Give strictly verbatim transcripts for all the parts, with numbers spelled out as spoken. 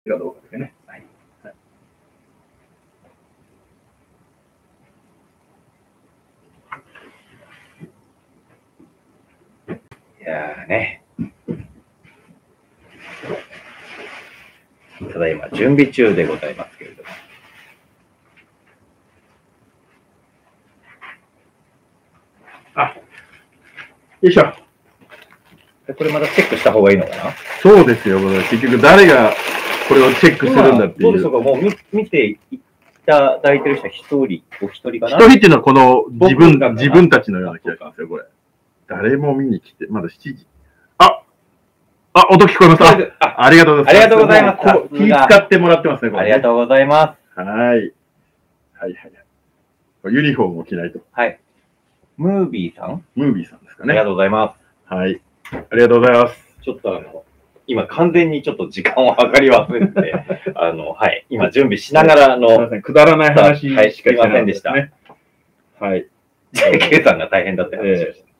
かどうかですね。はい。はい、いやーね。ただいま準備中でございますけれども。あ、よいしょ。これまたチェックした方がいいのかな？ そうですよ。結局誰がこれをチェックするんだっていう。 どうでしょうか。もう 見, 見ていただいてる人は一人、お一人かな？ 一人っていうのはこの自分自分たちのような気がしますよ、これ。誰も見に来て、まだしちじ。ああ、音聞こえます。あ、ありがとうございます。 ありがとうございます。 気使ってもらってますね、これ、ね。 ありがとうございます。 はい。はいはいはい。ユニフォームを着ないと。 はい。ムービーさんムービーさんですかね。 ありがとうございます。 はい。ありがとうございます。 ちょっとあの、今完全にちょっと時間を計り忘れて、あの、はい。今準備しながらの。すみません。 くだらない話しかしてませんでした。 はい。 ジェイケー さんが大変だって話でした。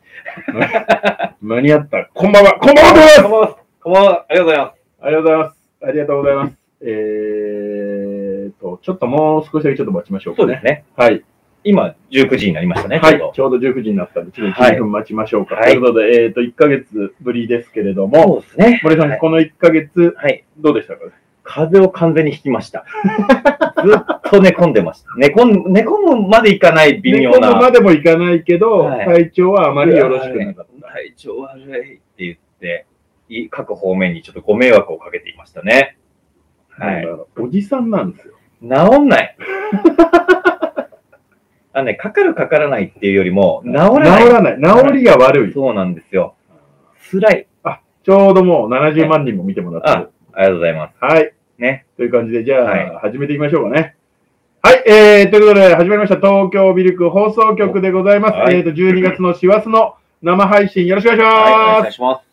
間に合った。こんばんは。こんばんは。 こんばんは。こんばんは。ありがとうございます。 ありがとうございます。ありがとうございます。えーと、ちょっともう少しだけちょっと待ちましょうかね。 そうですね。 はい。 今、じゅうくじになりましたね。 はい。ちょうどじゅうくじになったんで、ちょっといちふん待ちましょうか。はい、ということで、えっと、いっかげつぶりですけれども。 そうですね。 森さん、はい、このいっかげつ、はい、どうでしたか？ 風邪を完全にひきました。ずっと寝込んでました。寝込む、寝込むまでいかない微妙な。 寝込むまでもいかないけど、はい、体調はあまりよろしくなかった。 体調悪いって言って、各方面にちょっとご迷惑をかけていましたね。 はい。おじさんなんですよ。 治んない。あのね、かかるかからないっていうよりも、治らない。 治らない。治りが悪い。 そうなんですよ。辛い。 あ、ちょうどもうななじゅうまんにんも見てもらってる。 あ、ありがとうございます。 はい。 ね。 という感じで、じゃあ、はい、始めていきましょうかね。はい。えー、ということで、始まりました。東京ミルク放送局でございます。はい、えーと、じゅうにがつの師走の生配信、よろしくお願いします。はい、 お願いします。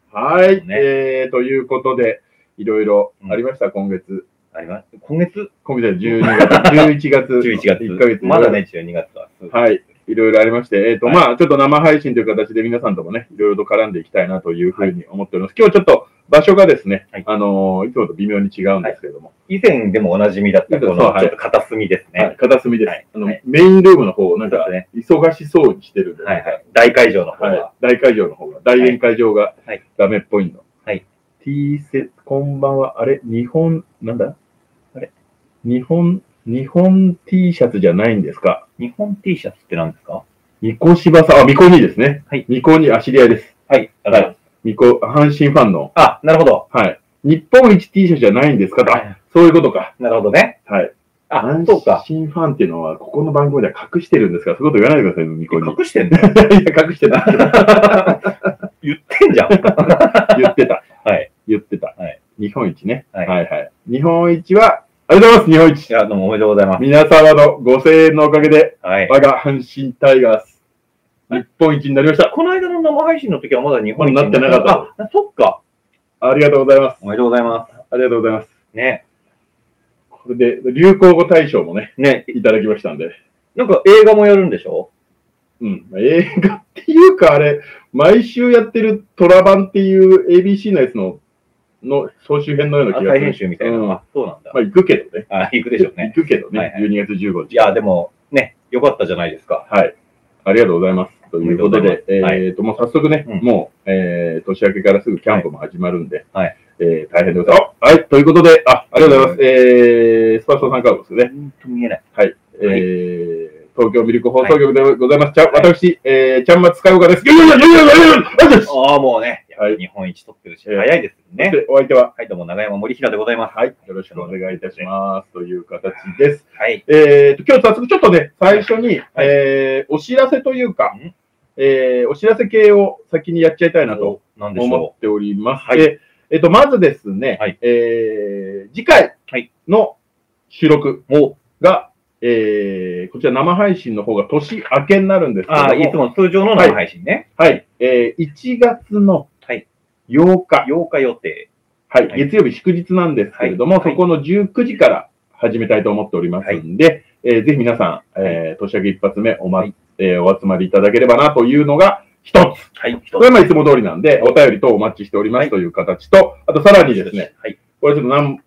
はい。ね、えー、ということで、いろいろありました、うん、今月。 あります。今月今月はじゅうにがつ、じゅういちがつ。 じゅういちがつ。 いっかげつ。 まだね、じゅうにがつは。 はい。いろいろありまして、えっと、はい、まあ、ちょっと生配信という形で皆さんともね、いろいろと絡んでいきたいなというふうに思っております。はい、今日ちょっと場所がですね、はい、あのー、いつもと微妙に違うんですけれども。 はい、以前でもおなじみだったこの、ちょっと片隅ですね。 はい、片隅です。はい、あの、はい、メインルームの方、なんか、ね、忙しそうにしてるんで、ね。 はいはい。大会場の方が。はい、 大会場の方が。大宴会場がダメっぽいの。はい。T セ、こんばんは。あれ日本、なんだあれ日本、日本 T シャツじゃないんですか？ 日本 T シャツって何ですか？ みこしばさん、あ、みこにですね。 はい。 みこに、あ、知り合いです。 はい。 はい。みこ、阪神ファンの。 あ、なるほど。 はい。日本一 T シャツじゃないんですかと。はい、そういうことか。 なるほどね。 はい。 あ、そうか。 阪神ファンっていうのは、ここの番組では隠してるんですから、そういうこと言わないでください、みこに。 隠してんの？いや、隠してない。 言ってんじゃん。 言ってた。 はい。 言ってた。 はい。 日本一ね。 はい。 はいはい。日本一は、ありがとうございます、日本一。 いや、どうもおめでとうございます。 皆様のご声援のおかげで、 はい、 我が阪神タイガース、日本一になりました。 この間の生配信の時はまだ日本一になってなかった。 あ、そっか。 ありがとうございます。 おめでとうございます。 ありがとうございます。 ね。 これで、流行語大賞もね、ね、いただきましたんで。 なんか映画もやるんでしょ？ うん。映画っていうか、あれ、毎週やってるトラバンっていう エービーシー のやつの、の総集編のような気がする。 再編集みたいな。うん、あ、そうなんだ。 まあ、行くけどね。 あ、行くでしょうね。 行くけどね。はいはい、じゅうにがつじゅうごにち。 いや、でも、ね、よかったじゃないですか。 はい。ありがとうございます。ということで、えっ、ー、と、もう早速ね、うん、もう、えー、年明けからすぐキャンプも始まるんで、はい。えー、大変でございます。はい。ということで、あ、ありがとうございます。えー、スパストさんからですね。 本当見えない。 はい。えー、東京ミルク放送局でございます。はい、私、えー、ちゃんまつかよかです。いやいやいやいやいやいやああ、もうね、はい、日本一取ってるし、早いですね。 で、お相手は、 はい、どうも、長山森平でございます。 はい、よろしくお願いいたします。という形です。 はい。 えーと、今日早速ちょっとね、最初に、はい、えー、お知らせというか、えー、お知らせ系を先にやっちゃいたいなと思っております。はい。で、えっと、まずですね、はい、えー、次回の収録が、えー、こちら生配信の方が年明けになるんですけども。 ああ、いつも通常の生配信ね。 はい。はい、えー、いちがつのようか。 ようか予定。 はい。はい、月曜日祝日なんですけれども、はい、そこのじゅうくじから始めたいと思っておりますんで、はい、えー、ぜひ皆さん、えー、年明け一発目おま、はい、えー、お集まりいただければなというのが一つ。 はい。 これはまあいつも通りなんで、お便りとお待ちしておりますという形と、あとさらにですね、はい、これちょっとなん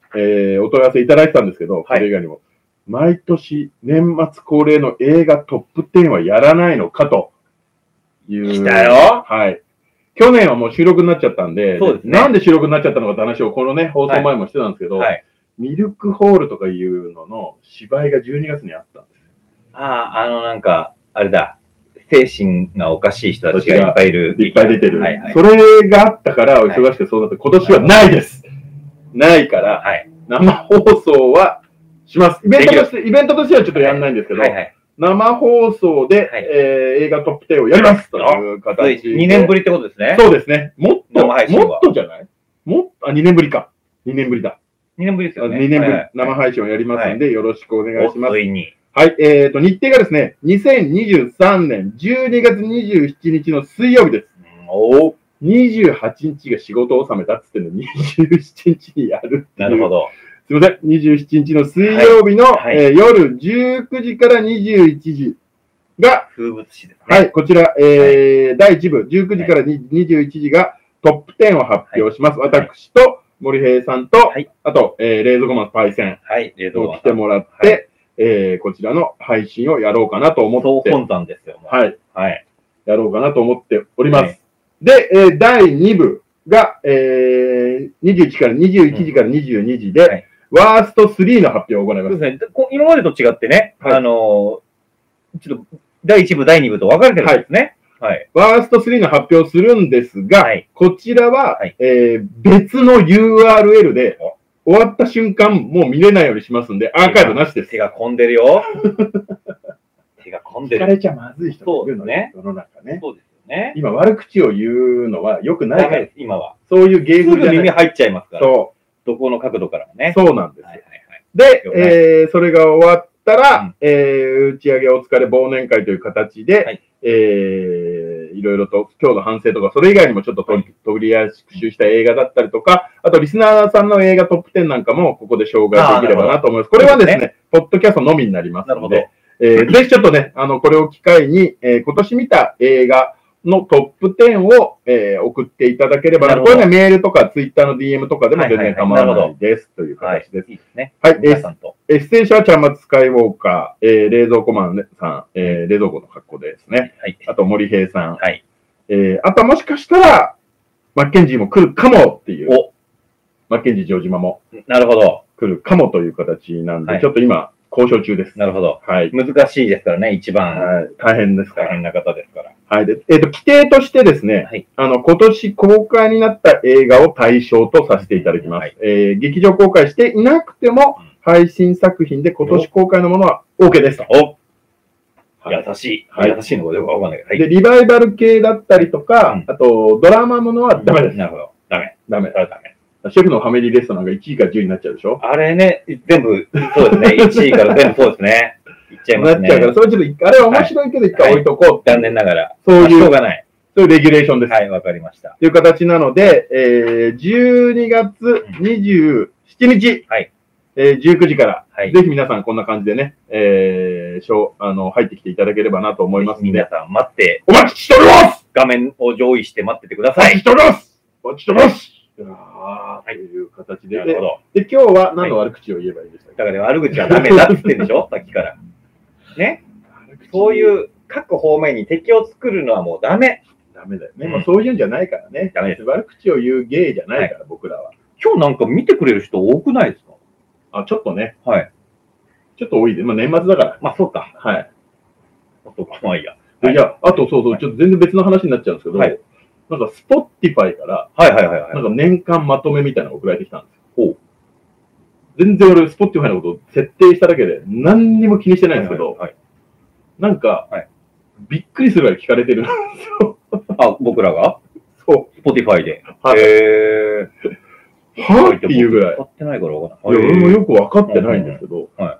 えー、お問い合わせいただいてたんですけど、はい、それ以外にも、毎年年末恒例の映画トップじゅうはやらないのかという。 来たよ。 はい。去年はもう収録になっちゃったんで、そうですね。なんで収録になっちゃったのかって話をこのね、放送前もしてたんですけど、はいはい、ミルクホールとかいうのの芝居がじゅうにがつにあったんです。 ああ、あのなんか、あれだ。精神がおかしい人たちがいっぱいいる。 いっぱい出てる。はいはい、それがあったから、お忙しくてそうなって、今年はないです。ないから、はい、生放送はします。イベントとして、イベントとしてはちょっとやんないんですけど、はいはいはい、生放送で、はい、えー、映画トップじゅうをやりますという形で。 にねんぶりってことですね。 そうですね。もっと、もっとじゃないもっと、あ、にねんぶりか。にねんぶりだ。 にねんぶりですよね。 にねんぶり、生配信をやりますんで、よろしくお願いします。 ついに。 はい、えっと、日程がですね、にせんにじゅうさんねんじゅうにがつにじゅうしちにちの水曜日です。 おにじゅうはちにちが仕事を納めたっつってんのにじゅうしちにちにやるっていう。 なるほど。 すみません。にじゅうしちにちの水曜日の、はいはい、えー、夜じゅうくじからにじゅういちじが、 風物詩ですね。 はい、こちら、えーはい、だいいちぶ、じゅうくじからにじゅういちじがトップじゅうを発表します。はい、私と森平さんと、はい、あと、えー、冷蔵庫マンパイセンを来てもらって、はいえー、こちらの配信をやろうかなと思って。 総本山ですよ。 はい。はい。やろうかなと思っております。はい、で、えー、だいにぶが、えー、にじゅういちからにじゅういちじからにじゅうにじで、うんはい、ワーストスリーの発表を行います。 そうですね。今までと違ってね、はい、あのー、ちょっと、だいいちぶ、だいにぶと分かれてるんですね。はい。はい、 ワーストスリーの発表をするんですが、はい、こちらは、はいえー、別の ユーアールエル で、終わった瞬間、もう見れないようにしますんで、アーカイブなしです。 手が込んでるよ。手が込んでる。 聞かれちゃまずい人がいるのね。世の中ね。 そうですよね。 今、悪口を言うのは良くないから。 今は。 そういう芸風じゃない。すぐ耳入っちゃいますから。 そう。 どこの角度からもね。 そうなんですよ。はいはいはい、で、えー、それが終わったら、うんえー、打ち上げお疲れ忘年会という形で、はいえー、いろいろと今日の反省とか、それ以外にもちょっと取りやすくした映画だったりとか、あとリスナーさんの映画トップじゅうなんかもここで紹介できればなと思います。これはですね、ねポッドキャストのみになりますので、えー、ぜひちょっとね、あの、これを機会に、えー、今年見た映画のトップじゅうを、えー、送っていただければな。これね、メールとかツイッターの ディーエム とかでも全然構わないです。という形です。 いいですね。 はい。エッセンシャルチャーマツスカイウォーカー、えー、冷蔵庫マンさん、えー、冷蔵庫の格好ですね。はい。あと森平さん。はい。えー、あともしかしたら、マッケンジーも来るかもっていう。おマッケンジー城島も。 なるほど。 来るかもという形なんで、はい、ちょっと今、交渉中です。 なるほど。はい。難しいですからね、一番。 はい。大変ですから。 大変な方ですから。 はい。で、えっと、規定としてですね、はい、あの、今年公開になった映画を対象とさせていただきます。はい、えー、劇場公開していなくても、配信作品で今年公開のものは OK ですと。 おはい、優しい。はい、優しいのかよくわかんないけど。はい、 で、リバイバル系だったりとか、うん、あと、ドラマものはダメです。 なるほど。ダメ。 ダメ。ダメ。シェフのファミリーレストランがいちいからじゅうになっちゃうでしょ？ あれね、全部、そうですね。いちいから全部そうですね。いっちゃいますね。 なっちゃうから、それちょっと、あれは面白いけど一回置いとこう、はい。 残念ながら。 そういう。 しょうがない。 そういうレギュレーションです。 はい、わかりました。 という形なので、えー、じゅうにがつにじゅうしちにち、はい、えー、じゅうくじから、はい、ぜひ皆さんこんな感じでね、えー、しょあの入ってきていただければなと思いますので。 皆さん待って、 お待ちしております。 画面を上位して待っててください。 お待ちしております。お待ちしております。ああ、という形で。なるほど。で、今日は何の悪口を言えばいいですか？ だから悪口はダメだって言ってるでしょさっきから。ね。そういう各方面に敵を作るのはもうダメ。 ダメだよね。まあそういうんじゃないからね。ダメです。悪口を言う芸じゃないから、僕らは。 今日なんか見てくれる人多くないですか？ あ、ちょっとね。 はい。 ちょっと多いで。まあ年末だから。 まあそうか。 はい。 あとか、まあいいや。 いや、あとそうそう、ちょっと全然別の話になっちゃうんですけど、はい。なんか、スポッティファイから、 はいはいはいはい。 なんか年間まとめみたいなのが送られてきたんですよ。ほう。全然俺、スポッティファイのことを設定しただけで、何にも気にしてないんですけど、はいはいはい、なんか、はい、びっくりするぐらい聞かれてるんですよ。 あ、僕らがそう。 スポティファイで。 はい。 へー。はぁっていうぐらい。 分かってないから分かんない。いや、俺もよく分かってないんですけど、はい。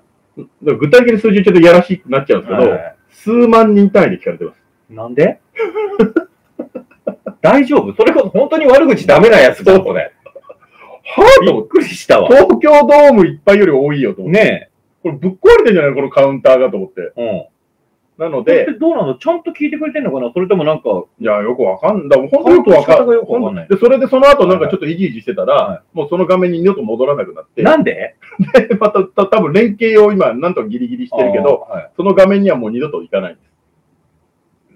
具体的に数字ちょっとやらしくなっちゃうんですけど、はい、数万人単位で聞かれてます。 なんで大丈夫？それこそ本当に悪口ダメなやつだ、これ。 はぁとびっくりしたわ。東京ドームいっぱいより多いよと思って。ねえ。これぶっ壊れてんじゃないこのカウンターがと思って。うん。 なので、 どうなの？ちゃんと聞いてくれてんのかな？それともなんか、 いや、よくわかんない。本当よくわかんない。で、それでその後なんかちょっとイジイジしてたら、もうその画面に二度と戻らなくなって。 なんで？ で、また、た多分連携を今、なんとかギリギリしてるけど、その画面にはもう二度といかないんです。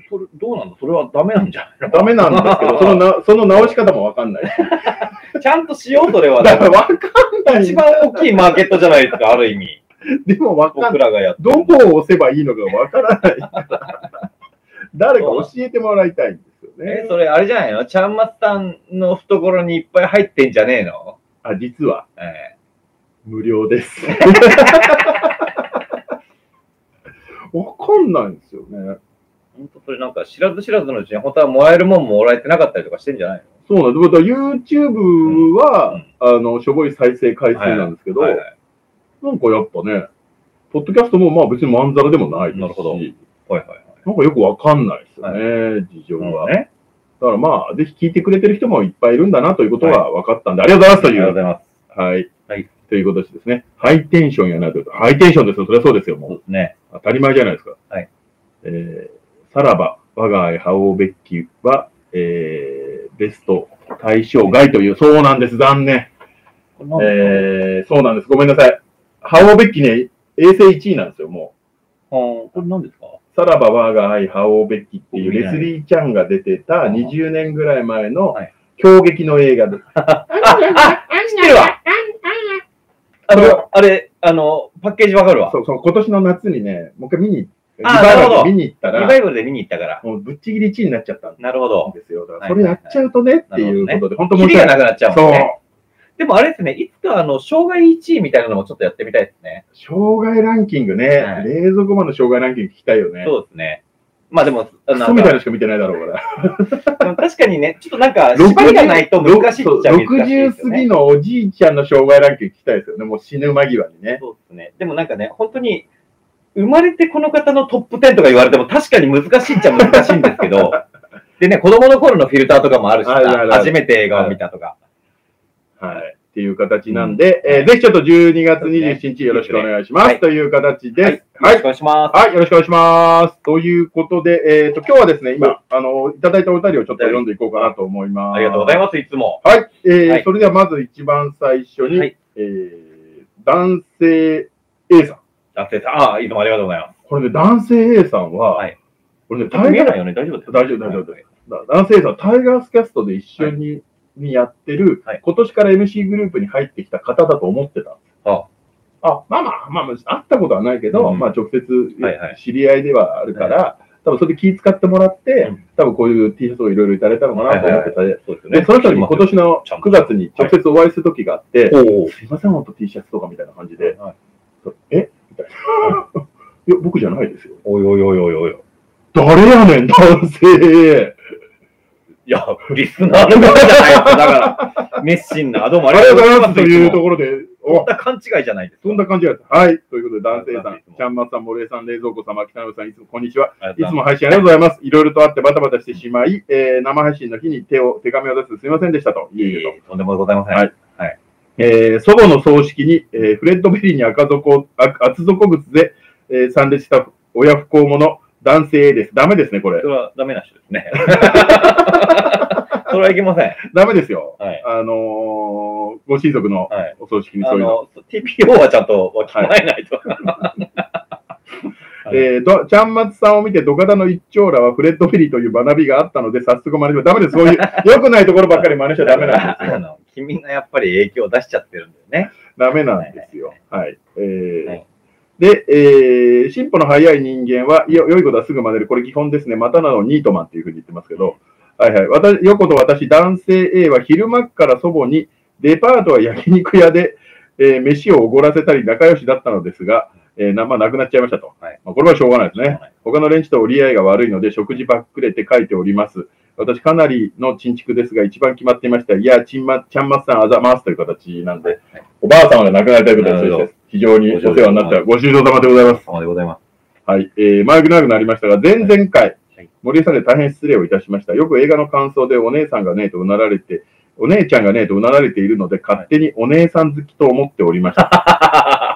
それ、どうなの？それはダメなんじゃないの？ ダメなんですけど、そのな、その直し方もわかんない。 ちゃんとしよう、それは。 だからわかんない。 一番大きいマーケットじゃないですか、ある意味。 でもわかんない。 僕らがやって。 どこを押せばいいのかわからない。誰か教えてもらいたいんですよね。 え、それあれじゃないの？ちゃんまつさんの懐にいっぱい入ってんじゃねえの？ あ、実は。ええ、無料です。わかんないんですよね。 本当それなんか知らず知らずのうちに本当はもらえるもんももらえてなかったりとかしてんじゃないの？そうなんです。だから YouTube は、うん、あの、しょぼい再生回数なんですけど、はいはいはい、なんかやっぱね、ポッドキャストもまあ別にまんざらでもないですし、なるほど。はいはいはい。なんかよくわかんないですよね、はい、事情は。ね、だからまあ、ぜひ聞いてくれてる人もいっぱいいるんだなということは分かったんで、はい、ありがとうございますという。ありがとうございます。はい。はい。ということですね。ハイテンションやなということ。ハイテンションですよ。それはそうですよ、もう。そうですね。当たり前じゃないですか。はい。えー、さらば、我が愛覇王ベッキは、えー、ベスト対象外という、そうなんです、残念。えー、そうなんです、ごめんなさい。覇王ベッキね、衛星いちいなんですよ、もう。 ああ、これ何ですか？ さらば我が愛覇王ベッキっていうレスリーちゃんが出てたにじゅうねんぐらい前の衝撃の映画です。あ、 知ってるわ。あの、あれ、あの、パッケージわかるわ。 そうそう、今年の夏にね、もう一回見に、 リバイバルで見に行ったら、 リバイバルで見に行ったから。 もうぶっちぎりいちいになっちゃったんなるほど。 ですよ。だからそれやっちゃうとねっていうことで、本当に。キリがなくなっちゃうもんね。でもあれですね、いつかあの、障害いちいみたいなのもちょっとやってみたいですね。 障害ランキングね。はい、冷蔵庫マンの障害ランキング聞きたいよね。 そうですね。まあでも、 クソみたいなしか見てないだろうから。 確かにね、ちょっとなんか、縛りがないと難しいっちゃ難しいですよね。 ろくじゅう過ぎのおじいちゃんの障害ランキング聞きたいですよね。もう死ぬ間際にね。 そうですね。でもなんかね、本当に、生まれてこの方のトップじゅうとか言われても確かに難しいっちゃ難しいんですけど、でね、子供の頃のフィルターとかもあるし、初めて映画を見たとか。 はい。っていう形なんで、うん、えーはい、ぜひちょっとじゅうにがつにじゅうしちにちよろしくお願いします。はい、という形です。 はい。よろしくお願いします。 はい。よろしくお願いします。ということで、えっと、今日はですね、今、あの、いただいたお便りをちょっと読んでいこうかなと思います。 ありがとうございます、いつも。 はい。えーはい、それではまず一番最初に、はい、えー、男性 A さん。 男性さん。ああ、いつもありがとうございます。 これね、男性 A さんは、はい、これね、 タイガース、ね、大丈夫です。 大丈夫、大丈夫。男性 A さん、タイガースキャストで一緒に、はいにやってる、はい、今年から エムシー グループに入ってきた方だと思ってた。ああ、まあまあ、まあ、会ったことはないけど、うん、まあ直接知り合いではあるから、はいはい、多分それで気遣ってもらって、うん、多分こういう T シャツをいろいろいただいたのかなと思ってた。で、その人に今年のくがつに直接お会いする時があって、はい、すいません、ほんと T シャツとかみたいな感じで、はい、えみたいな。いや、僕じゃないですよ。 おいおいおいおいおい。 誰やねん、男性。 いや、リスナーの方じゃないですか。だから、熱心な。どうもありがとうございます。 というところで、 そんな勘違いじゃないですか。 そんな勘違いです。はい。ということで、男性さん、ちゃんまつさん、森江さん、冷蔵庫様、北野さん、いつもこんにちは。いつも配信ありがとうございます。いろいろとあってバタバタしてしまい、えー、生配信の日に手を、手紙を出すすみませんでしたと。 いえいえ、とんでもございません。はい。はい。 えー、祖母の葬式に、えー、フレッドベリーに赤底、厚底靴で、えー、参列した親不孝者、男性です。ダメですね、これ。 それはダメな人ですね。それはいけません。ダメですよ。はい、あのー、ご親族のお葬式にそういうの。 の ティーピーオー はちゃんとわきまえないと。 えー、ちゃんまつさんを見て、土方の一丁羅はフレッド・フェリーという学びがあったので、早速真似します。ダメです。そういう、良くないところばっかり真似しちゃダメなんですよ。あの君がやっぱり影響を出しちゃってるんだよね。 ダメなんですよ。はい。えーはいで、えー、進歩の早い人間は、よ、良いことはすぐ真似る。これ基本ですね。またなのニートマンっていうふうに言ってますけど、はいはい。私、横と私、男性 A は昼間から祖母に、デパートは焼肉屋で、えー、飯をおごらせたり仲良しだったのですが、えー、な、まあ、亡くなっちゃいましたと。はい、まあ、これはしょうがないですね。他の連中と折り合いが悪いので、食事ばっくれて書いております。私、かなりの陳築ですが、一番決まっていました。いや、ちんま、ちゃんまつさんあざますという形なんで、はい、おばあ様が亡くなりたいことです。非常にお世話になったご愁傷様でございます。 様でございます。 はい。えー、マイク長くなりましたが、前々回、はい、森江さんで大変失礼をいたしました。よく映画の感想でお姉さんがねえとうなられて、お姉ちゃんがねえとうなられているので、勝手にお姉さん好きと思っておりました。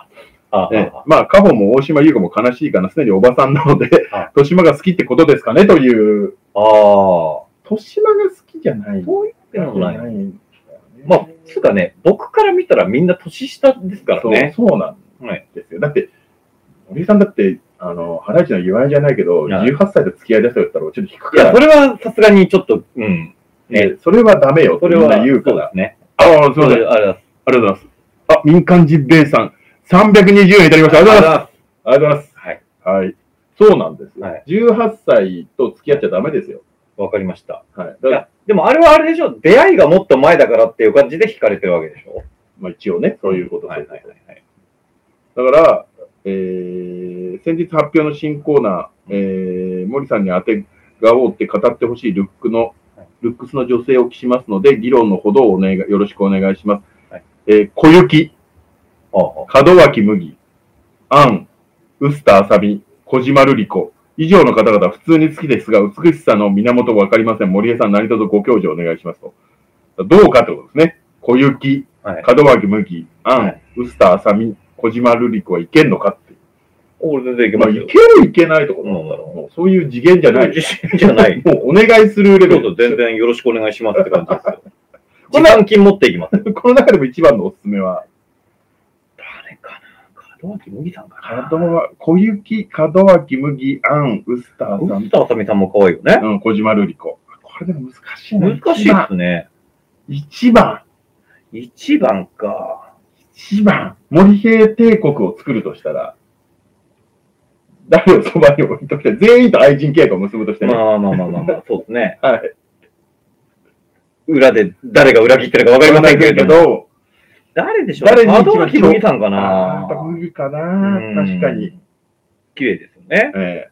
あえまあ、カホも大島優子も悲しいかな、すでにおばさんなので、豊島が好きってことですかねという。ああ。豊島が好きじゃない。 そういうのない。まあ、つうかね、僕から見たらみんな年下ですからね。 そう、そうなんですよ。だって、森さんだって、あの、ハライチの岩井じゃないけど、じゅうはっさいで付き合い出せよったら、ちょっと引くから。 いや、それはさすがにちょっと、うん。 ね、それはダメよ。それは言うから。ね。ああ、そうです。ありがとうございます。あ、民間人弁さん、さんびゃくにじゅうえんいただきました。ありがとうございます。ありがとうございます。はい。はい。そうなんですよ。じゅうはっさいと付き合っちゃダメですよ。 わかりました。はい。いや、でもあれはあれでしょ、出会いがもっと前だからっていう感じで惹かれてるわけでしょ。 まあ一応ね、そういうことです。はいはいはいはい。だから、えー、先日発表の新コーナー、えー、森さんに当てがおうって語ってほしいルックの、ルックスの女性を期しますので、議論のほどをお願い、よろしくお願いします。はい、えー、小雪、門脇麦、アン、ウスターあさみ、小島瑠璃子、以上の方々普通に好きですが、美しさの源わかりません。森江さん、何卒ご教授お願いしますと。どうかってことですね。小雪、門脇麦、アン、はい、ウスターあさみ、小島瑠璃子はいけんのかっていう。 俺全然いけますよ。 まあ、いけるいけないところなんだろう。もうそういう次元じゃない。 次元じゃない。 もうお願いするレベル。 全然よろしくお願いしますって感じですよ。時間金持っていきます。 この中でも一番のおすすめは誰かな。門脇麦さんかな。 小雪、門脇麦、アン、ウスターさん。 ウスターさみさんも可愛いよね。 うん、小島瑠璃子。これでも難しいな。難しいですね。 一番。 一番か。 一番、森平帝国を作るとしたら、誰をそばに置いときたい。全員と愛人契約を結ぶとしてね。 まあまあまあまあまあ、そうですね。 はい。 裏で誰が裏切ってるか分かりませんけれども。誰でしょう。 誰に門脇麦さんかな。 やっぱ麦かな。確かに。 綺麗ですよね。 ええ。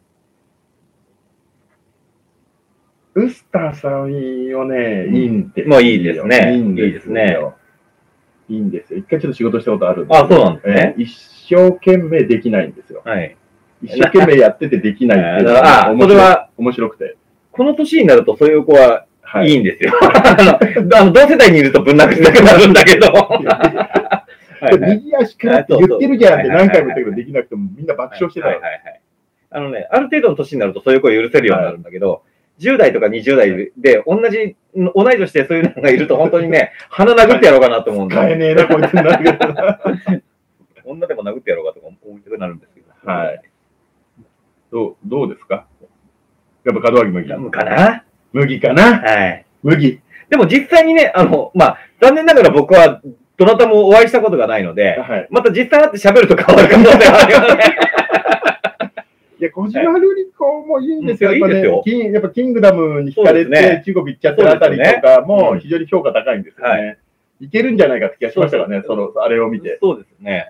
ウスターさんをね、いいんですよ。 まあいいですね。 いいんですね。いいんですよ。一回ちょっと仕事したことあるんで。 あ、そうなんですね。 一生懸命できないんですよ。 はい。 一生懸命やっててできないっていうのがそれは面白くて。 この年になるとそういう子はいいんですよ。あの、同世代にいるとぶん殴りたくなるんだけど。 右足からって言ってるじゃんって何回も言ったけどできなくてもみんな爆笑してたよ。 あのね、ある程度の年になるとそういう子を許せるようになるんだけど、じゅう代とかにじゅう代で同じ、同い年でそういうのがいると本当にね、鼻殴ってやろうかなと思うんだ。 使えねえな、こいつになるけど。 女でも殴ってやろうかとか思いたくなるんですけど。 はい。どう、どうですか？やっぱ門脇麦かな？ 麦かな？ はい。 麦。 でも実際にね、あの、まあ、残念ながら僕はどなたもお会いしたことがないので、はい、また実際会って喋ると変わる可能性があるよね。 いや、小島瑠璃子もいいんですよ。やっぱね、やっぱキングダムに惹かれて、中国行っちゃってるあたりとかも非常に評価高いんですよね。いけるんじゃないかって気がしましたからね、その、あれを見て。 そうですね。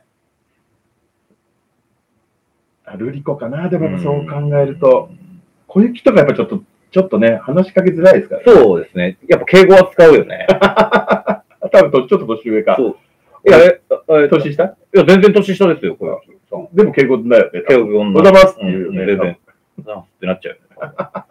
瑠璃子かな、でもそう考えると、小雪とかやっぱちょっと、ちょっとね、話しかけづらいですからね。そうですね。やっぱ敬語は使うよね。 多分ちょっと年上か。 そう。いや、え、 年下？いや、全然年下ですよ、これ。 でも敬語だよね。 敬語おざますって言うよね。 全然。ってなっちゃうよね。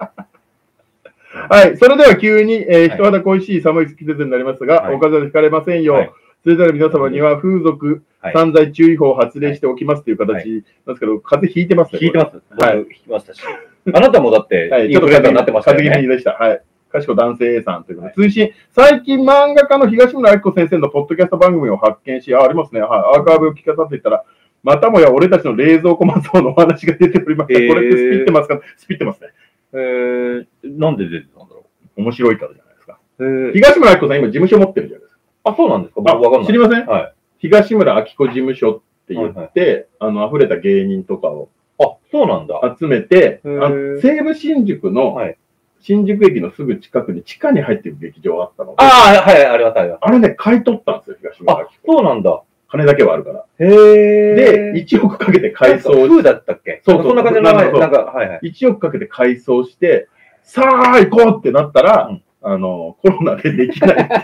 はい。それでは急に、えー、人肌恋しい寒い季節になりますが、お風邪でひかれませんよ。それぞれ皆様には風俗散財注意報を発令しておきますという形なんですけど、風邪ひいてますね。 ひいてます。はい。ひきましたし。あなたもだって、 ちょっと風邪になってましたね。風邪気味でした。はい。かしこ男性 A さんということで、通信、最近漫画家の東村明子先生のポッドキャスト番組を発見し、あ、ありますね。はい。アーカイブを聞かさせていたら、またもや俺たちの冷蔵庫マスオのお話が出ておりました。これってスピってますか？スピってますね。 えー、なんで出てたんだろう。面白いからじゃないですか。東村明子さん今事務所持ってるじゃないですか。 あ、そうなんですか？ 僕わかんない。知りません？はい。東村明子事務所って言って、あの、溢れた芸人とかを。 あ、そうなんだ。 集めて、あの西武新宿の、新宿駅のすぐ近くに地下に入ってる劇場があったので。 ああ、はい、ありがたい。 あれね、買い取ったんですよ、東村明子。 そうなんだ。 金だけはあるから。 へえ。 で、いちおくかけて改装して。 風だったっけ？ そうそう。 そんな感じの名前、なんか、はいはい。 いちおくかけて改装して、さあ行こうってなったら、あの、コロナでできないってなって。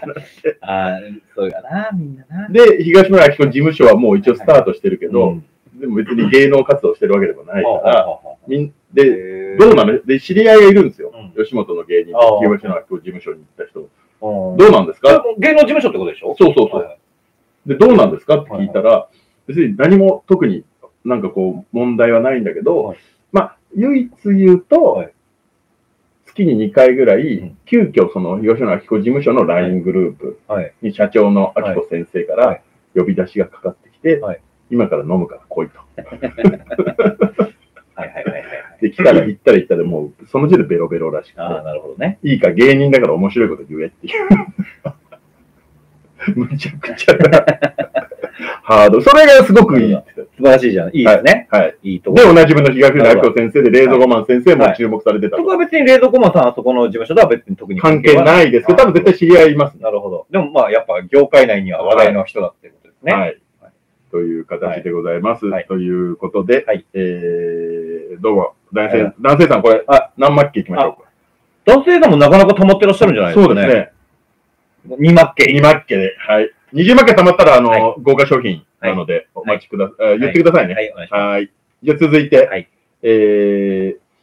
ああ、そうやな、みんなな。 で、東村明子事務所はもう一応スタートしてるけど、でも別に芸能活動してるわけでもないから、みんで、どうなので、知り合いがいるんですよ。吉本の芸人と東村明子事務所に行った人。どうなんですか？ 芸能事務所ってことでしょ？ そうそうそう。で、どうなんですかって聞いたら、 別に何も特になんかこう問題はないんだけど、はい、まあ、唯一言うと、はい、月ににかいぐらい、うん、急遽その東野昭子事務所の ライン グループに社長の昭子先生から呼び出しがかかってきて、はい、今から飲むから来いと。はいはいはいはい。で、来たら行ったら行ったらもう、その時点でベロベロらしくて。 ああ、なるほどね。 いいか、芸人だから面白いこと言えっていう。むちゃくちゃハード。それがすごくいい。 素晴らしいじゃん。いいですね。 はい。 いいとで、同じ分の東野昭子先生で、冷蔵庫マン先生も注目されてた。 そこは別に冷蔵庫マンさんはそこの事務所とは別に特に関係ないですけど、多分絶対知り合います。 なるほど。でもまあ、やっぱ業界内には話題の人だっていうことですね。 はい。という形でございます。ということで、えー、どうも、男性、男性さん、これ、あ、何マッケいきましょうか。 男性さんもなかなか溜まってらっしゃるんじゃないですかね。そうですね。にマッケ。 にマッケで、はい。にじゅうマッケ溜まったら、あの、豪華商品なので、お待ちください。言ってくださいね。はい、お願いします。はい。じゃあ続いて、えー、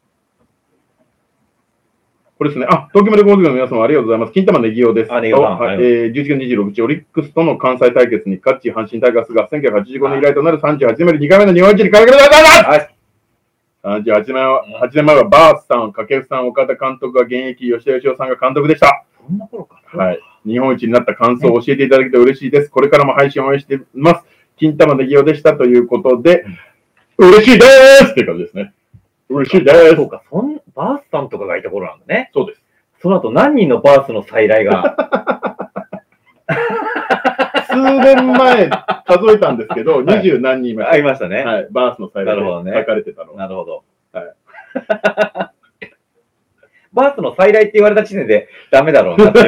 これですね。あ、東京メディコーズの皆様ありがとうございます。金玉ねぎおです。ありがとうございます。えー、じゅういちがつにじゅうろくにち、オリックスとの関西対決に勝ち、阪神タイガースがせんきゅうひゃくはちじゅうごねん以来となるさんじゅうはちねんぶりにかいめの日本一に輝きました。はい。さんじゅうはちねんまえはバースさん、掛布さん、岡田監督が現役、吉田義雄さんが監督でした。 そんな頃か。 はい。日本一になった感想を教えていただけて嬉しいです。これからも配信を応援しています。金玉ねぎおでしたということで、嬉しいですっていう感じですね。嬉しいです。 そうか、そん、バースさんとかがいた頃なんだね。 そうです。 その後何人のバースの再来が。 数年前数えたんですけど、二十何人いました。 ありましたね。 はい。バースの再来で書かれてたの。 なるほど。はい。バースの再来って言われた時点でダメだろうなっていう。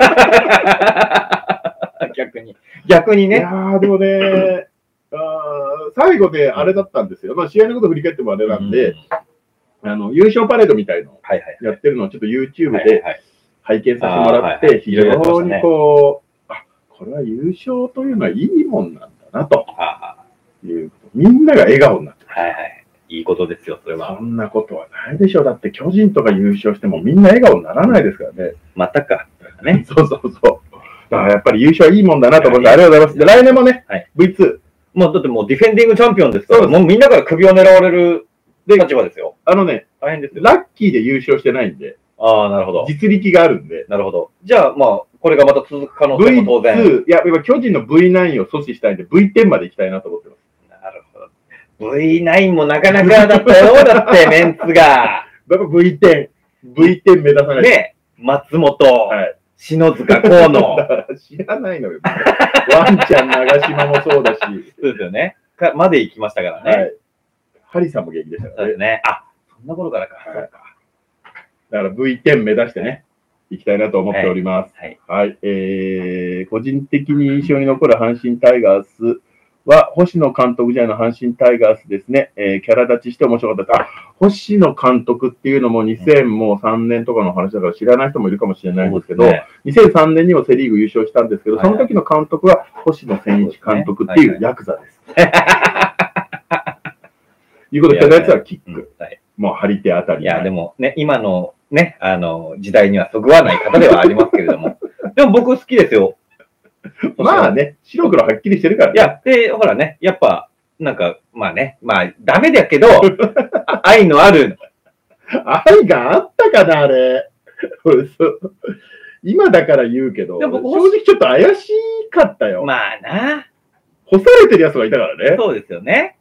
逆に。逆にね。 いやー、でもね、あ最後であれだったんですよ。まあ、試合のこと振り返ってもあれなんで、うん、あの優勝パレードみたいのをやってるのをちょっと YouTube で拝見させてもらって、非常にこう、あ、これは優勝というのはいいもんなんだなということ。みんなが笑顔になってはいはい。いいことですよ、それは。 そんなことはないでしょう。だって巨人とか優勝してもみんな笑顔にならないですからね。 またか。ね。 そうそうそう。だからやっぱり優勝はいいもんだなと思って、ありがとうございます。で、来年もね、はい、ブイツー。 まあ、だってもうディフェンディングチャンピオンですから、もうみんなから首を狙われる立場ですよ。 あのね、 大変ですよ。 ラッキーで優勝してないんで。 ああ、なるほど。 実力があるんで。 なるほど。じゃあ、まあ、これがまた続く可能性も当然。 ブイツー、いや、今巨人の ブイナイン を阻止したいんで、ブイテン まで行きたいなと思ってます。 なるほど。ブイナイン もなかなかだったよ、だって、メンツが。 やっぱ ブイテン、ブイテン 目指さないと。 ね、松本。はい。篠塚河野。 知らないのよ。ワンちゃん、長島もそうだし。 そうですよね。かまで行きましたからね。はい。 ハリさんも元気でしたからね。 そうですね。あ、そんな頃からか。はい、 だから ブイテン 目指してね、行きたいなと思っております。はい。はいはい、えー、個人的に印象に残る阪神タイガースは、星野監督時代の阪神タイガースですね。えー、キャラ立ちして面白かったです。あ、星野監督っていうのもにせんさんねんとかの話だから知らない人もいるかもしれないんですけど、ね、にせんさんねんにもセリーグ優勝したんですけど、その時の監督は星野千一監督っていうヤクザです。いうことで、やつはキック。はい、もう張り手あたり。 いや、でもね、今のね、あの、時代にはそぐわない方ではありますけれども。でも僕好きですよ。 まあね、白黒はっきりしてるからね。いや、で、ほらね、やっぱ、なんか、まあね、まあ、ダメだけど、愛のある。 愛があったかな、あれ。今だから言うけど、正直ちょっと怪しかったよ。 まあな。 干されてる奴がいたからね。 そうですよね。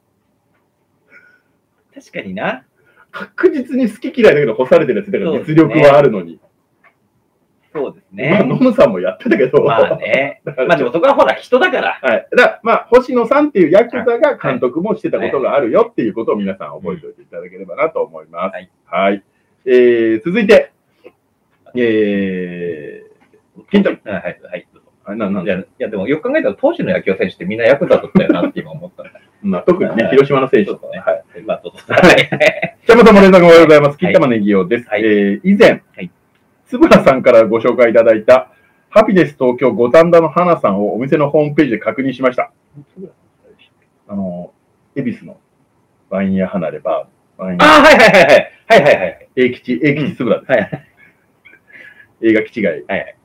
確かにな。 確実に好き嫌いだけど干されてるやつだから実力はあるのに。 そうですね。 まあ、ノムさんもやってたけど。 まあね。まあでもそこはほら人だから。 はい。だからまあ、星野さんっていうヤクザが監督もしてたことがあるよっていうことを皆さん覚えておいていただければなと思います。はい。はい。えー、続いて、えー、金玉。 はい、はい。 はい、ななんいや、でもよく考えたら当時の野球選手ってみんなヤクザだったよなって今思ったんだ。 まあ、特にね、広島の選手とかね。はい。 まあ、どうぞ。はい。 北本森さんおはようございます。金玉ねぎおです。えー、以前、つぶらさんからご紹介いただいた、ハピネス東京五反田の花さんをお店のホームページで確認しました。あの、恵比寿のワイン屋離れば、 ワイン屋。ああ、はいはいはいはい。はいはいはい。 英吉、英吉つぶらです。はい。映画気違い。はい。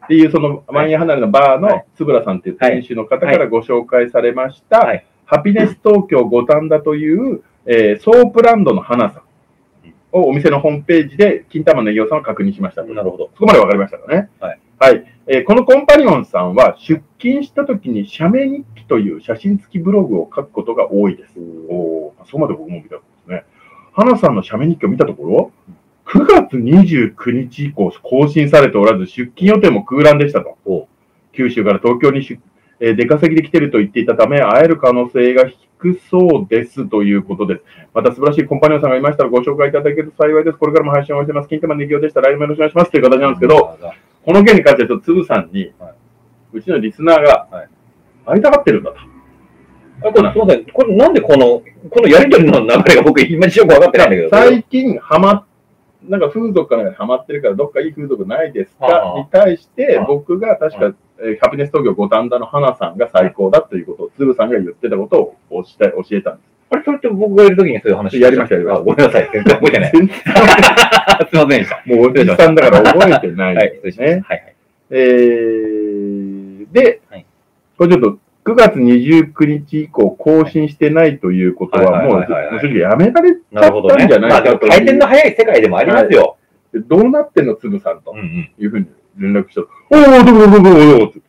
っていう、そのマンヤ離れのバーの円谷さんっていう店主の方からご紹介されました、はい、ハピネス東京五反田という、えー、ソープランドの花さんをお店のホームページで金玉の営業さんを確認しました。 なるほど。 そこまでわかりましたかね。はい。はい。えー、このコンパニオンさんは出勤した時に写メ日記という写真付きブログを書くことが多いです。おー、そうまで僕も見たんですね。花さんの写メ日記を見たところ、くがつにじゅうくにち以降更新されておらず、出勤予定も空欄でしたと。九州から東京に出、えー、出稼ぎで来てると言っていたため、会える可能性が低そうですということです。また素晴らしいコンパニオンさんがいましたらご紹介いただけると幸いです。これからも配信をしてます。金玉ネギオでしたら来年もよろしくお願いしますという形なんですけど、この件に関してはちょっとつぶさんに、はい、うちのリスナーが会いたがってるんだと。 あ、これ、すみません。これなんでこの、このやりとりの流れが僕今一応分かってないんだけど。 最近ハマっなんか風俗かなんかにハマってるからどっかいい風俗ないですかに対して僕が確か、えー、ハピネス東京五反田の花さんが最高だということをつぶさんが言ってたことを教え教えたんです。 あれ、それって僕がいるときにそういう話やりました、やりました。 ごめんなさい。全然覚えてない。すいませんでした。 もうおじさんだから覚えてないですね。はい、はいはい。えー、で、はい、これちょっとくがつにじゅうくにち以降更新してないということはもう正直やめられちゃったんじゃないかと。 まあ、回転の早い世界でもありますよ。 はい、どうなってんの、つぶさんというふうに連絡したら、おお、どこどこどこどこって。